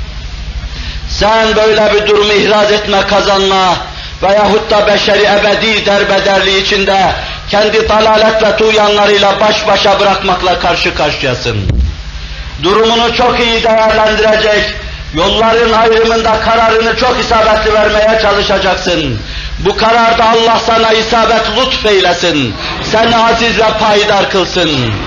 Sen böyle bir durumu ihraz etme, kazanma veyahut da beşeri ebedi derbederliği içinde kendi dalalet ve tuğyanlarıyla baş başa bırakmakla karşı karşıyasın. Durumunu çok iyi değerlendirecek, yolların ayrımında kararını çok isabetli vermeye çalışacaksın. Bu kararda Allah sana isabet lütfeylesin, seni aziz ve payidar kılsın.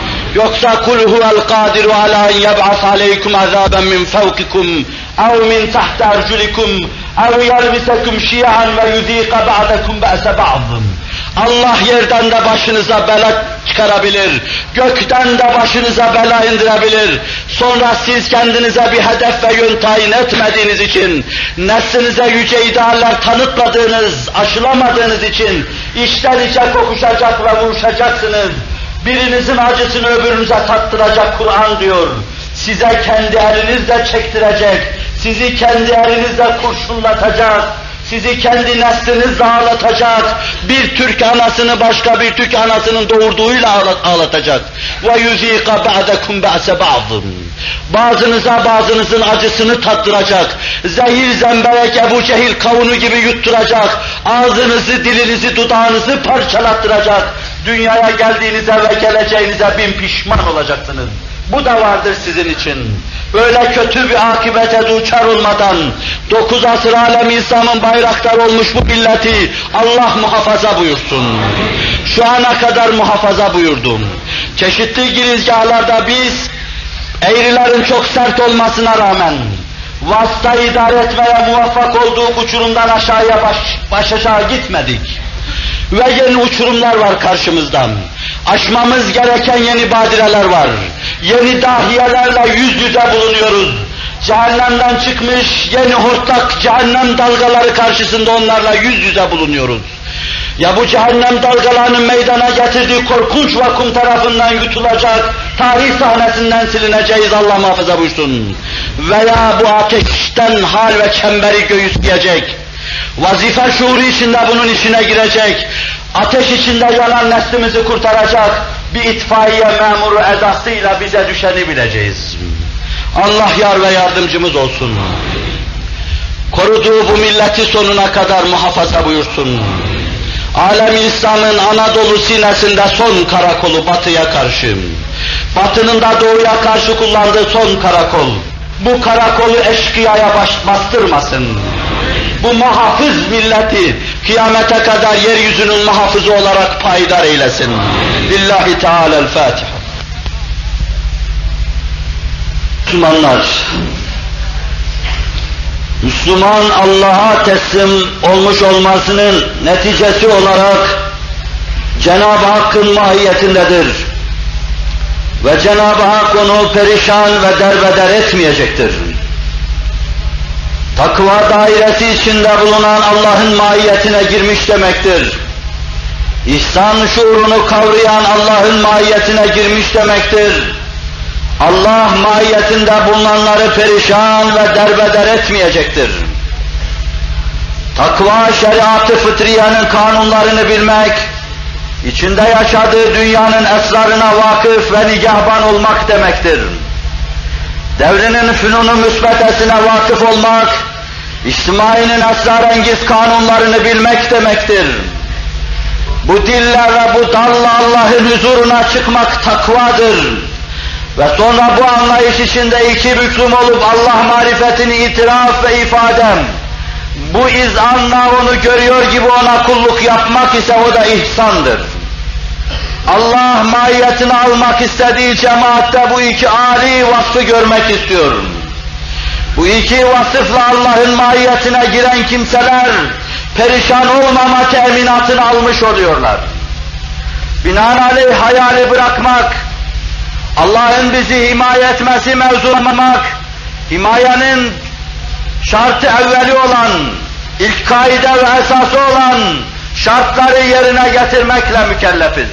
Yoksa kul huvel kadiru ala en yeb'as aleykum azaben min fevkikum ev min tahti erculikum ev yerbisekum şi'an ve yudîka ba'dekum be'se ba'd. Allah yerden de başınıza bela çıkarabilir, gökten de başınıza bela indirebilir. Sonra siz kendinize bir hedef ve yön tayin etmediğiniz için, neslinize yüce idealler tanıtmadığınız, aşılamadığınız için içten içe kokuşacak ve vuruşacaksınız. Birinizin acısını öbürünüze tattıracak Kur'an diyor. Size kendi elinizle çektirecek, sizi kendi elinizle kurşunlatacak, sizi kendi neslinizle ağlatacak, bir Türk anasını başka bir Türk anasının doğurduğuyla ağlatacak. وَيُذ۪يقَ بَعْدَكُمْ بَعْسَ بَعْضٍ. Bazınıza bazınızın acısını tattıracak, zehir zemberek Ebu Cehil kavunu gibi yutturacak, ağzınızı, dilinizi, dudağınızı parçalattıracak. Dünyaya geldiğinize ve geleceğinize bin pişman olacaksınız. Bu da vardır sizin için. Böyle kötü bir akibete duçar olmadan 9 asır alem İslam'ın bayraktarı olmuş bu milleti Allah muhafaza buyursun. Şu ana kadar muhafaza buyurdum. Çeşitli girizgahlarda biz eğrilerin çok sert olmasına rağmen vasıta idare etmeye muvaffak olduğu uçurumdan aşağıya baş aşağı gitmedik. Ve yeni uçurumlar var karşımızdan. Aşmamız gereken yeni badireler var. Yeni dahiyelerle yüz yüze bulunuyoruz. Cehennemden çıkmış yeni hortlak cehennem dalgaları karşısında onlarla yüz yüze bulunuyoruz. Ya bu cehennem dalgalarının meydana getirdiği korkunç vakum tarafından yutulacak, tarih sahnesinden silineceğiz, Allah muhafaza buyursun. Veya bu ateşten hal ve çemberi göğüsleyecek, vazife şuuru içinde bunun içine girecek, ateş içinde yanan neslimizi kurtaracak bir itfaiye memuru edasıyla bize düşeni bileceğiz. Allah yar ve yardımcımız olsun. Koruduğu bu milleti sonuna kadar muhafaza buyursun. Alem İslam'ın Anadolu sinesinde son karakolu batıya karşı, batının da doğuya karşı kullandığı son karakol, bu karakolu eşkıyaya bastırmasın. Bu muhafız milleti kıyamete kadar yeryüzünün muhafızı olarak payidar eylesin. Lillahi Teala'l-Fatiha. Müslüman Allah'a teslim olmuş olmasının neticesi olarak Cenab-ı Hakk'ın mahiyetindedir. Ve Cenab-ı Hak onu perişan ve derbeder etmeyecektir. Takva dairesi içinde bulunan Allah'ın mahiyetine girmiş demektir. İhsan şuurunu kavrayan Allah'ın mahiyetine girmiş demektir. Allah mahiyetinde bulunanları perişan ve derbeder etmeyecektir. Takva, şeriat-ı fıtriyenin kanunlarını bilmek, içinde yaşadığı dünyanın esrarına vakıf ve nigahban olmak demektir. Devrinin fünunu müsbetesine vakıf olmak, içtimainin esrarengiz kanunlarını bilmek demektir. Bu dille ve bu dalla Allah'ın huzuruna çıkmak takvadır. Ve sonra bu anlayış içinde iki büklüm olup Allah marifetini itiraf ve ifadem, bu izanla onu görüyor gibi ona kulluk yapmak ise o da ihsandır. Allah mahiyetini almak istediği cemaatte bu iki âli vasfı görmek istiyorum. Bu iki vasıfla Allah'ın mahiyetine giren kimseler perişan olmama teminatını almış oluyorlar. Binaenaleyh hayali bırakmak, Allah'ın bizi himaye etmesi mevzu olmamak, himayenin şartı evveli olan ilk kaide ve esası olan şartları yerine getirmekle mükellefiz.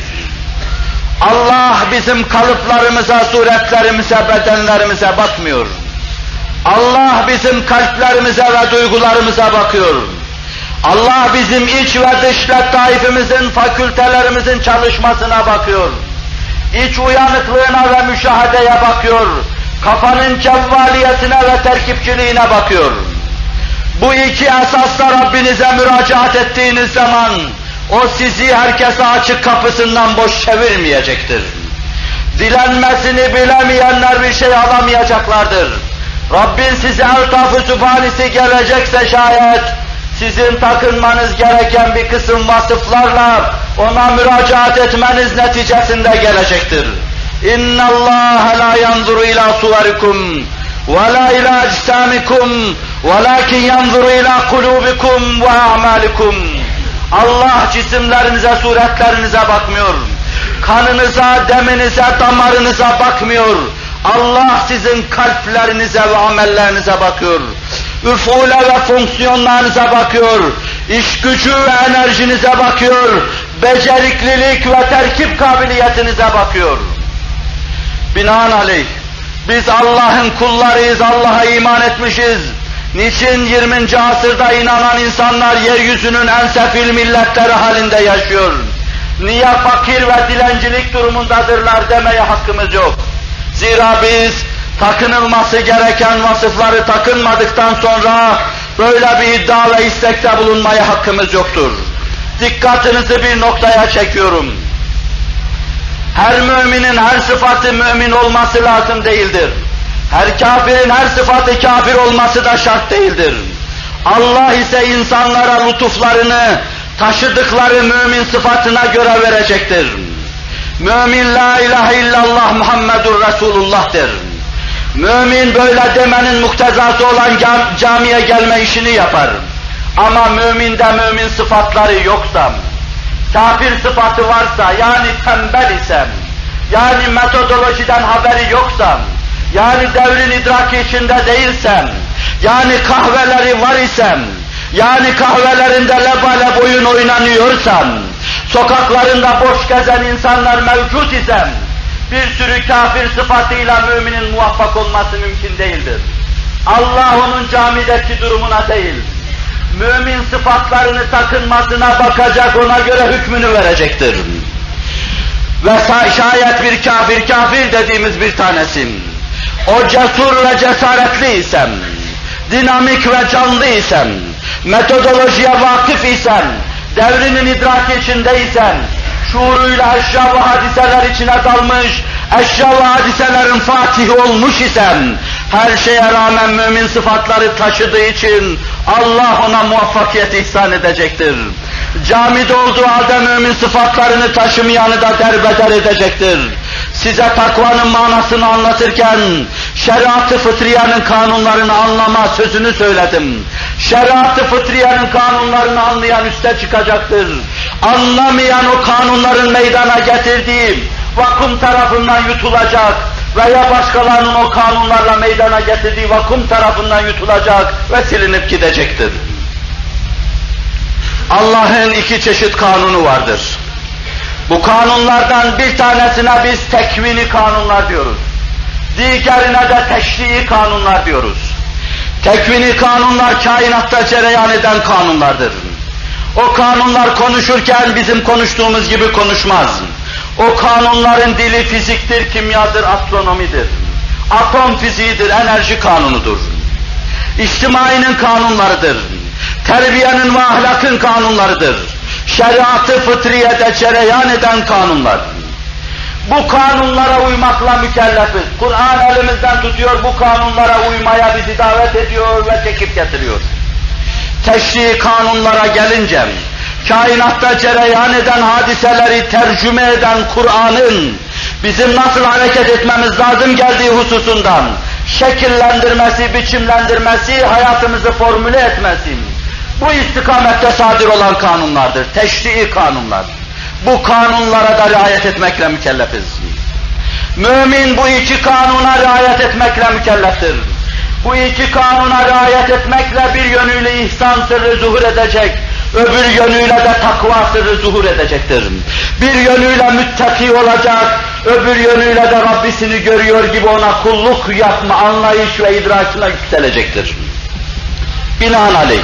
Allah bizim kalıplarımıza, suretlerimize, bedenlerimize bakmıyor. Allah bizim kalplerimize ve duygularımıza bakıyor. Allah bizim iç ve dış letaifimizin, fakültelerimizin çalışmasına bakıyor. İç uyanıklığına ve müşahedeye bakıyor. Kafanın cevvaliyetine ve terkipçiliğine bakıyor. Bu iki esasla Rabbinize müracaat ettiğiniz zaman o sizi herkese açık kapısından boş çevirmeyecektir. Dilenmesini bilemeyenler bir şey alamayacaklardır. Rabbin size eltaf-ı sübhanisi gelecekse şayet, sizin takınmanız gereken bir kısım vasıflarla ona müracaat etmeniz neticesinde gelecektir. اِنَّ اللّٰهَ لَا يَنْظُرُ اِلَى صُوَرِكُمْ وَلَا اِلَى اَجْسَامِكُمْ وَلَكِنْ يَنْظُرُ اِلَى قُلُوبِكُمْ وَاَعْمَالِكُمْ. Allah cisimlerinize, suretlerinize bakmıyor. Kanınıza, deminize, damarınıza bakmıyor. Allah sizin kalplerinize ve amellerinize bakıyor. Üfule ve fonksiyonlarınıza bakıyor. İş gücü ve enerjinize bakıyor. Beceriklilik ve terkip kabiliyetinize bakıyor. Binaenaleyh biz Allah'ın kullarıyız, Allah'a iman etmişiz. Niçin 20. asırda inanan insanlar yeryüzünün en sefil milletleri halinde yaşıyor? Niye fakir ve dilencilik durumundadırlar demeye hakkımız yok. Zira biz takınılması gereken vasıfları takınmadıktan sonra böyle bir iddia ve istekte bulunmaya hakkımız yoktur. Dikkatinizi bir noktaya çekiyorum. Her müminin her sıfatı mümin olması lazım değildir. Her kafirin her sıfatı kafir olması da şart değildir. Allah ise insanlara lütuflarını taşıdıkları mümin sıfatına göre verecektir. Mümin la ilahe illallah Muhammedur Resulullah'tır. Mümin böyle demenin muktezası olan camiye gelme işini yapar. Ama müminde mümin sıfatları yoksa, kafir sıfatı varsa, yani tembel isem, yani metodolojiden haberi yoksa, yani devrin idraki içinde değilsem, yani kahveleri var isem, yani kahvelerinde lebale boyun oynanıyorsam, sokaklarında boş gezen insanlar mevcut isem, bir sürü kafir sıfatıyla müminin muvaffak olması mümkün değildir. Allah onun camideki durumuna değil, mümin sıfatlarını takınmasına bakacak, ona göre hükmünü verecektir. Ve şayet bir kafir dediğimiz bir tanesi, o cesur ve cesaretli isem, dinamik ve canlı isem, metodolojiye vakıf isem, devrinin idraki içindeysen, şuuruyla eşya ve hadiseler içine dalmış, eşya ve hadiselerin fatihi olmuş isem, her şeye rağmen mümin sıfatları taşıdığı için Allah ona muvaffakiyet ihsan edecektir. Camide olduğu halde mümin sıfatlarını taşımayanı da derbeder edecektir. Size takvanın manasını anlatırken, şeriat-ı fıtriyenin kanunlarını anlama sözünü söyledim. Şeriat-ı fıtriyenin kanunlarını anlayan üste çıkacaktır. Anlamayan o kanunların meydana getirdiği vakum tarafından yutulacak veya başkalarının o kanunlarla meydana getirdiği vakum tarafından yutulacak ve silinip gidecektir. Allah'ın iki çeşit kanunu vardır. Bu kanunlardan bir tanesine biz tekvini kanunlar diyoruz. Diğerine de teşrii kanunlar diyoruz. Tekvini kanunlar kainatta cereyan eden kanunlardır. O kanunlar konuşurken bizim konuştuğumuz gibi konuşmaz. O kanunların dili fiziktir, kimyadır, astronomidir. Atom fiziğidir, enerji kanunudur. İçtimainin kanunlarıdır. Terbiyenin ve ahlakın kanunlarıdır. Şeriat-ı fıtriyede cereyan eden kanunlar. Bu kanunlara uymakla mükellefiz. Kur'an elimizden tutuyor, bu kanunlara uymaya bizi davet ediyor ve çekip getiriyor. Teşri kanunlara gelince, kainatta cereyan eden hadiseleri tercüme eden Kur'an'ın bizim nasıl hareket etmemiz lazım geldiği hususundan şekillendirmesi, biçimlendirmesi, hayatımızı formüle etmesi, bu istikamette sadir olan kanunlardır, teşrii kanunlar. Bu kanunlara da riayet etmekle mükellefiz. Mümin bu iki kanuna riayet etmekle mükelleftir. Bu iki kanuna riayet etmekle bir yönüyle ihsan sırrı zuhur edecek, öbür yönüyle de takva sırrı zuhur edecektir. Bir yönüyle müttaki olacak, öbür yönüyle de Rabbisini görüyor gibi ona kulluk yapma anlayış ve idrakine yükselecektir. Binaenaleyh,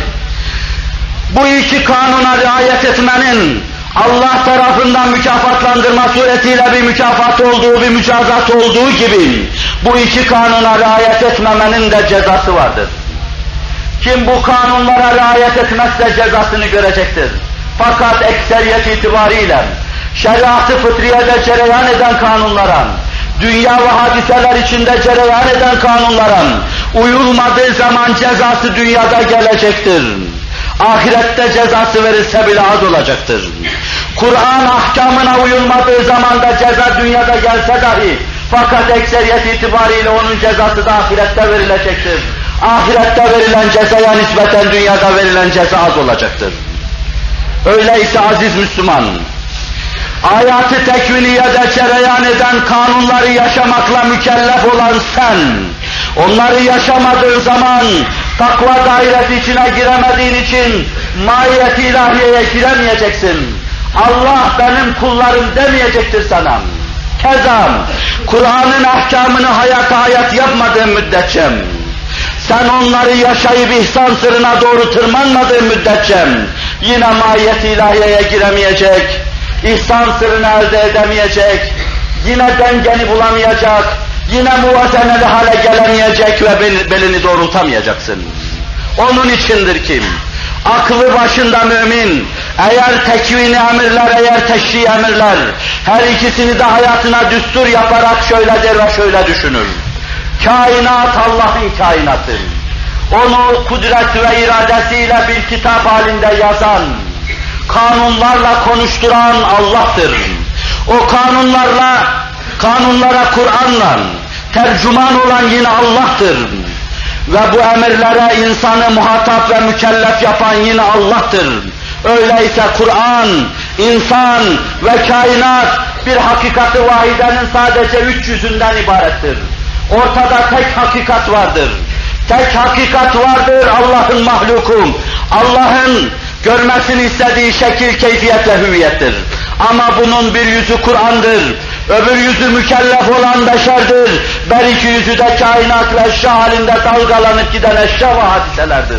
bu iki kanuna riayet etmenin Allah tarafından mükafatlandırma suretiyle bir mükafat olduğu, bir mücazat olduğu gibi bu iki kanuna riayet etmemenin de cezası vardır. Kim bu kanunlara riayet etmezse cezasını görecektir. Fakat ekseriyet itibariyle şeriat-ı fıtriyede cereyan eden kanunlara, dünya ve hadiseler içinde cereyan eden kanunlara uyulmadığı zaman cezası dünyada gelecektir. Ahirette cezası verirse bile az olacaktır. Kur'an ahkamına uyulmadığı zaman da ceza dünyada gelse dahi, fakat ekseriyet itibariyle onun cezası da ahirette verilecektir. Ahirette verilen cezaya nispeten dünyada verilen ceza az olacaktır. Öyleyse aziz Müslüman, hayat-ı tekviniyede cereyan eden kanunları yaşamakla mükellef olan sen, onları yaşamadığın zaman takva dairesi içine giremediğin için mahiyet-i ilahiyeye giremeyeceksin. Allah benim kullarım demeyecektir sana. Keza Kur'an'ın ahkamını hayat yapmadığın müddetçe, sen onları yaşayıp ihsan sırrına doğru tırmanmadığın müddetçe yine mahiyet-i ilahiyeye giremeyecek, ihsan sırrını elde edemeyecek, yine dengeni bulamayacak, yine muvazeneli hale gelemeyecek ve belini doğrultamayacaksın. Onun içindir ki aklı başında mümin, eğer tekvini emirler, eğer teşri emirler, her ikisini de hayatına düstur yaparak şöyle der ve şöyle düşünür. Kainat Allah'ın kainatı. Onu kudret ve iradesiyle bir kitap halinde yazan, kanunlarla konuşturan Allah'tır. O kanunlara Kur'an'la tercüman olan yine Allah'tır. Ve bu emirlere insanı muhatap ve mükellef yapan yine Allah'tır. Öyleyse Kur'an, insan ve kainat bir hakikati vahidenin sadece 3 yüzünden ibarettir. Ortada tek hakikat vardır. Tek hakikat vardır, Allah'ın mahluku. Allah'ın görmesini istediği şekil, keyfiyet ve hüviyettir. Ama bunun bir yüzü Kur'an'dır, öbür yüzü mükellef olan beşerdir, her iki yüzü de kainat ve eşya halinde dalgalanıp giden eşya ve hadiselerdir.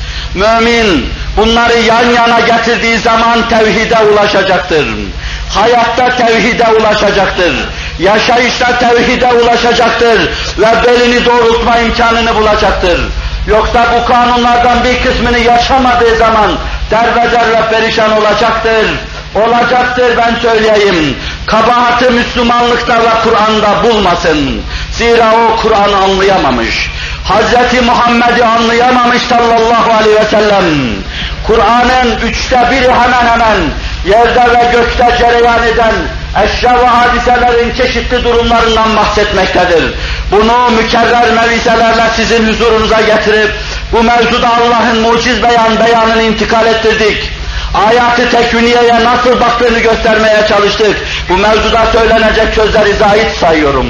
Mümin bunları yan yana getirdiği zaman tevhide ulaşacaktır. Hayatta tevhide ulaşacaktır. Yaşayışta tevhide ulaşacaktır ve belini doğrultma imkanını bulacaktır. Yoksa bu kanunlardan bir kısmını yaşamadığı zaman derbeder ve perişan olacaktır. Olacaktır, ben söyleyeyim. Kabahati Müslümanlıkta ve Kur'an'da bulmasın. Zira o Kur'an'ı anlayamamış. Hz. Muhammed'i anlayamamış sallallahu aleyhi ve sellem. Kur'an'ın 1/3 hemen hemen yerde ve gökte cereyan eden eşya ve hadiselerin çeşitli durumlarından bahsetmektedir. Bunu mükerrer mevizelerle sizin huzurunuza getirip bu mevzuda Allah'ın muciz beyanını intikal ettirdik. Ayat-ı tekviniyeye nasıl baktığını göstermeye çalıştık. Bu mevzuda söylenecek sözleri zahit sayıyorum.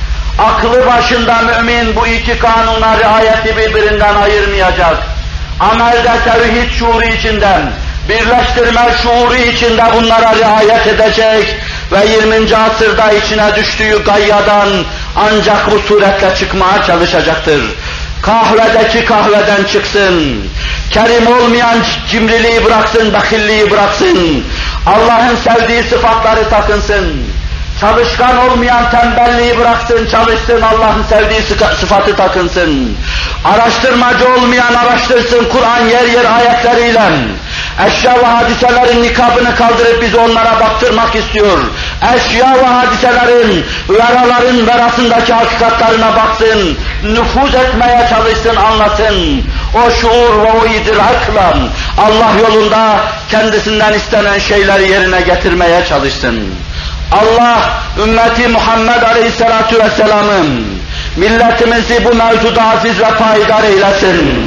Aklı başında mümin bu iki kanuna riayeti birbirinden ayırmayacak. Amelde tevhid şuuru içinden, birleştirme şuuru içinde bunlara riayet edecek ve 20. asırda içine düştüğü gayyadan ancak bu suretle çıkmaya çalışacaktır. Kahvedeki kahveden çıksın, kerim olmayan cimriliği bıraksın, bakilliği bıraksın, Allah'ın sevdiği sıfatları takınsın, çalışkan olmayan tembelliği bıraksın, çalışsın, Allah'ın sevdiği sıfatı takınsın, araştırmacı olmayan araştırsın, Kur'an yer yer ayetleriyle, eşya ve hadiselerin nikabını kaldırıp bizi onlara baktırmak istiyor. Eşya ve hadiselerin, veraların verasındaki hakikatlarına baksın, nüfuz etmeye çalışsın, anlasın. O şuur ve o idrakla Allah yolunda kendisinden istenen şeyleri yerine getirmeye çalışsın. Allah, ümmeti Muhammed Aleyhisselatu Vesselam'ın milletimizi bu mevzuda aziz ve payidar eylesin.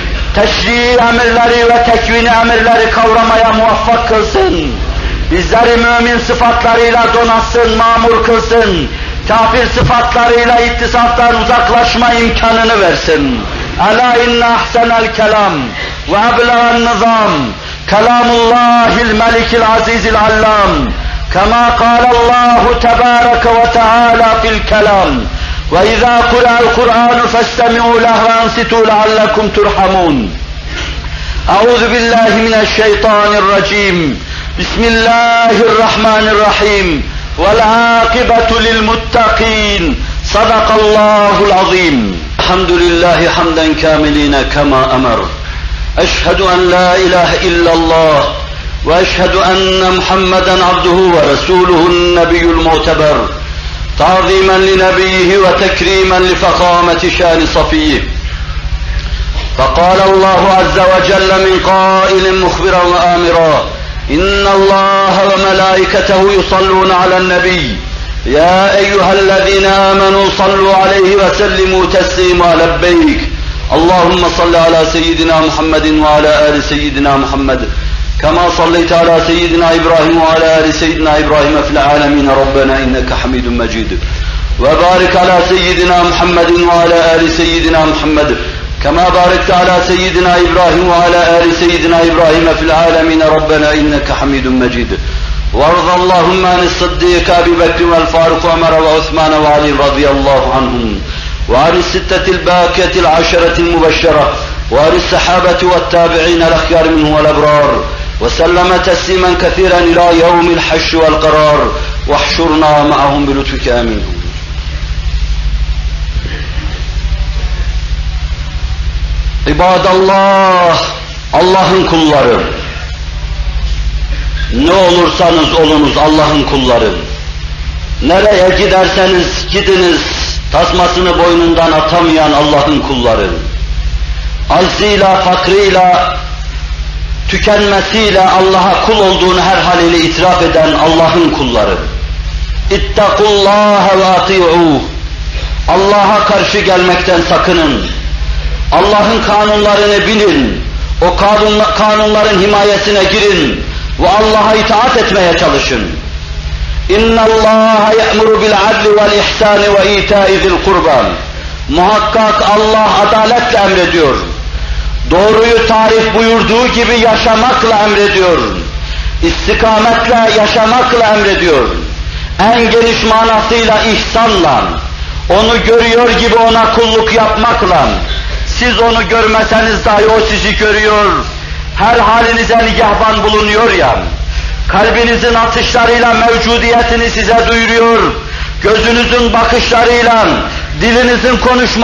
Teşrii emirleri ve tekvini emirleri kavramaya muvaffak kılsın. Bizleri mümin sıfatlarıyla donatsın, mamur kılsın. Kafir sıfatlarıyla ittisaftan uzaklaşma imkanını versin. ألا إن أحسن الكلام وأبلغ النظام كلام الله الملك العزيز العلام كما قال الله تبارك وتعالى في الكلام وإذا قرأ القرآن فاستمعوا له وأنصتوا لعلكم ترحمون. أعوذ بالله من الشيطان الرجيم. بسم الله الرحمن الرحيم. والعاقبة للمتقين. صدق الله العظيم. الحمد لله حمدا كاملين كما أمر. أشهد أن لا إله إلا الله وأشهد أن محمدا عبده ورسوله النبي المعتبر تعظيما لنبيه وتكريما لفخامة شان صفيه. فقال الله عز وجل من قائل مخبرا وآمرا إن الله وملائكته يصلون على النبي يا أيها الذين آمنوا صلوا عليه وسلموا تسليما لبيك اللهم صل على سيدنا محمد وعلى آل سيدنا محمد كما صليت على سيدنا إبراهيم وعلى آل سيدنا إبراهيم في العالمين ربنا إنك حميد مجيد وبارك على سيدنا محمد وعلى آل سيدنا محمد كما باركت على سيدنا إبراهيم وعلى آل سيدنا إبراهيم في العالمين ربنا إنك حميد مجيد. وارض اللهم عن الصديق أبي بكر والفاروق وعمر وعثمان وعلي رضي الله عنهم وعن الستة الباقية العشرة المبشرة وعن الصحابة والتابعين الأخيار منهم والأبرار وسلم تسليما كثيرا إلى يوم الحشر والقرار واحشرنا معهم بلطفك آمين. İbadallah, Allah'ın kulları. Ne olursanız olunuz Allah'ın kulları. Nereye giderseniz gidiniz, tasmasını boynundan atamayan Allah'ın kulları. Aczıyla, fakrıyla, tükenmesiyle Allah'a kul olduğunu her haliyle itiraf eden Allah'ın kulları. İttakullâhe ve ati'ûh. Allah'a karşı gelmekten sakının. Allah'ın kanunlarını bilin, o kanunların himayesine girin ve Allah'a itaat etmeye çalışın. İnna Allah ya'muru bil adli vel ihsani ve ita'i zil kurban. Muhakkak Allah adaletle emrediyor. Doğruyu tarif buyurduğu gibi yaşamakla emrediyor. İstikametle yaşamakla emrediyor. En geniş manasıyla ihsanla, onu görüyor gibi ona kulluk yapmakla. Siz onu görmeseniz dahi o sizi görüyor, her halinize nigahban bulunuyor ya, kalbinizin atışlarıyla mevcudiyetini size duyuruyor, gözünüzün bakışlarıyla, dilinizin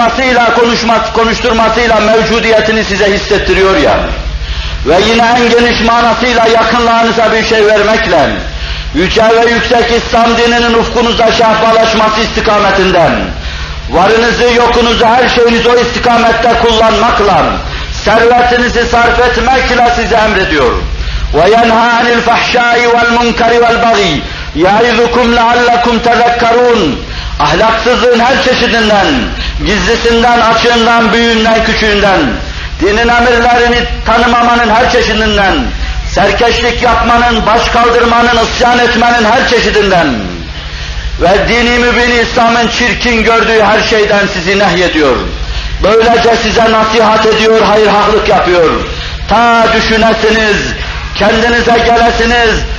konuşturmasıyla mevcudiyetini size hissettiriyor ya, ve yine en geniş manasıyla yakınlarınıza bir şey vermekle, yüce ve yüksek İslam dininin ufkunuza şehbalaşması istikametinden, varınızı, yokunuzu, her şeyinizi o istikamette kullanmakla, servetinizi sarf etmekle size emrediyor. وَيَنْهَا عَنِ الْفَحْشَاءِ وَالْمُنْكَرِ وَالْبَغِيِ يَعِظُكُمْ لَعَلَّكُمْ تَذَكَّرُونَ. Ahlaksızlığın her çeşidinden, gizlisinden, açığından, büyüğünden, küçüğünden, dinin emirlerini tanımamanın her çeşidinden, serkeşlik yapmanın, baş kaldırmanın, isyan etmenin her çeşidinden, ve dini mübin İslam'ın çirkin gördüğü her şeyden sizi nehyediyor. Böylece size nasihat ediyor, hayır haklık yapıyor. Ta düşünesiniz, kendinize gelesiniz,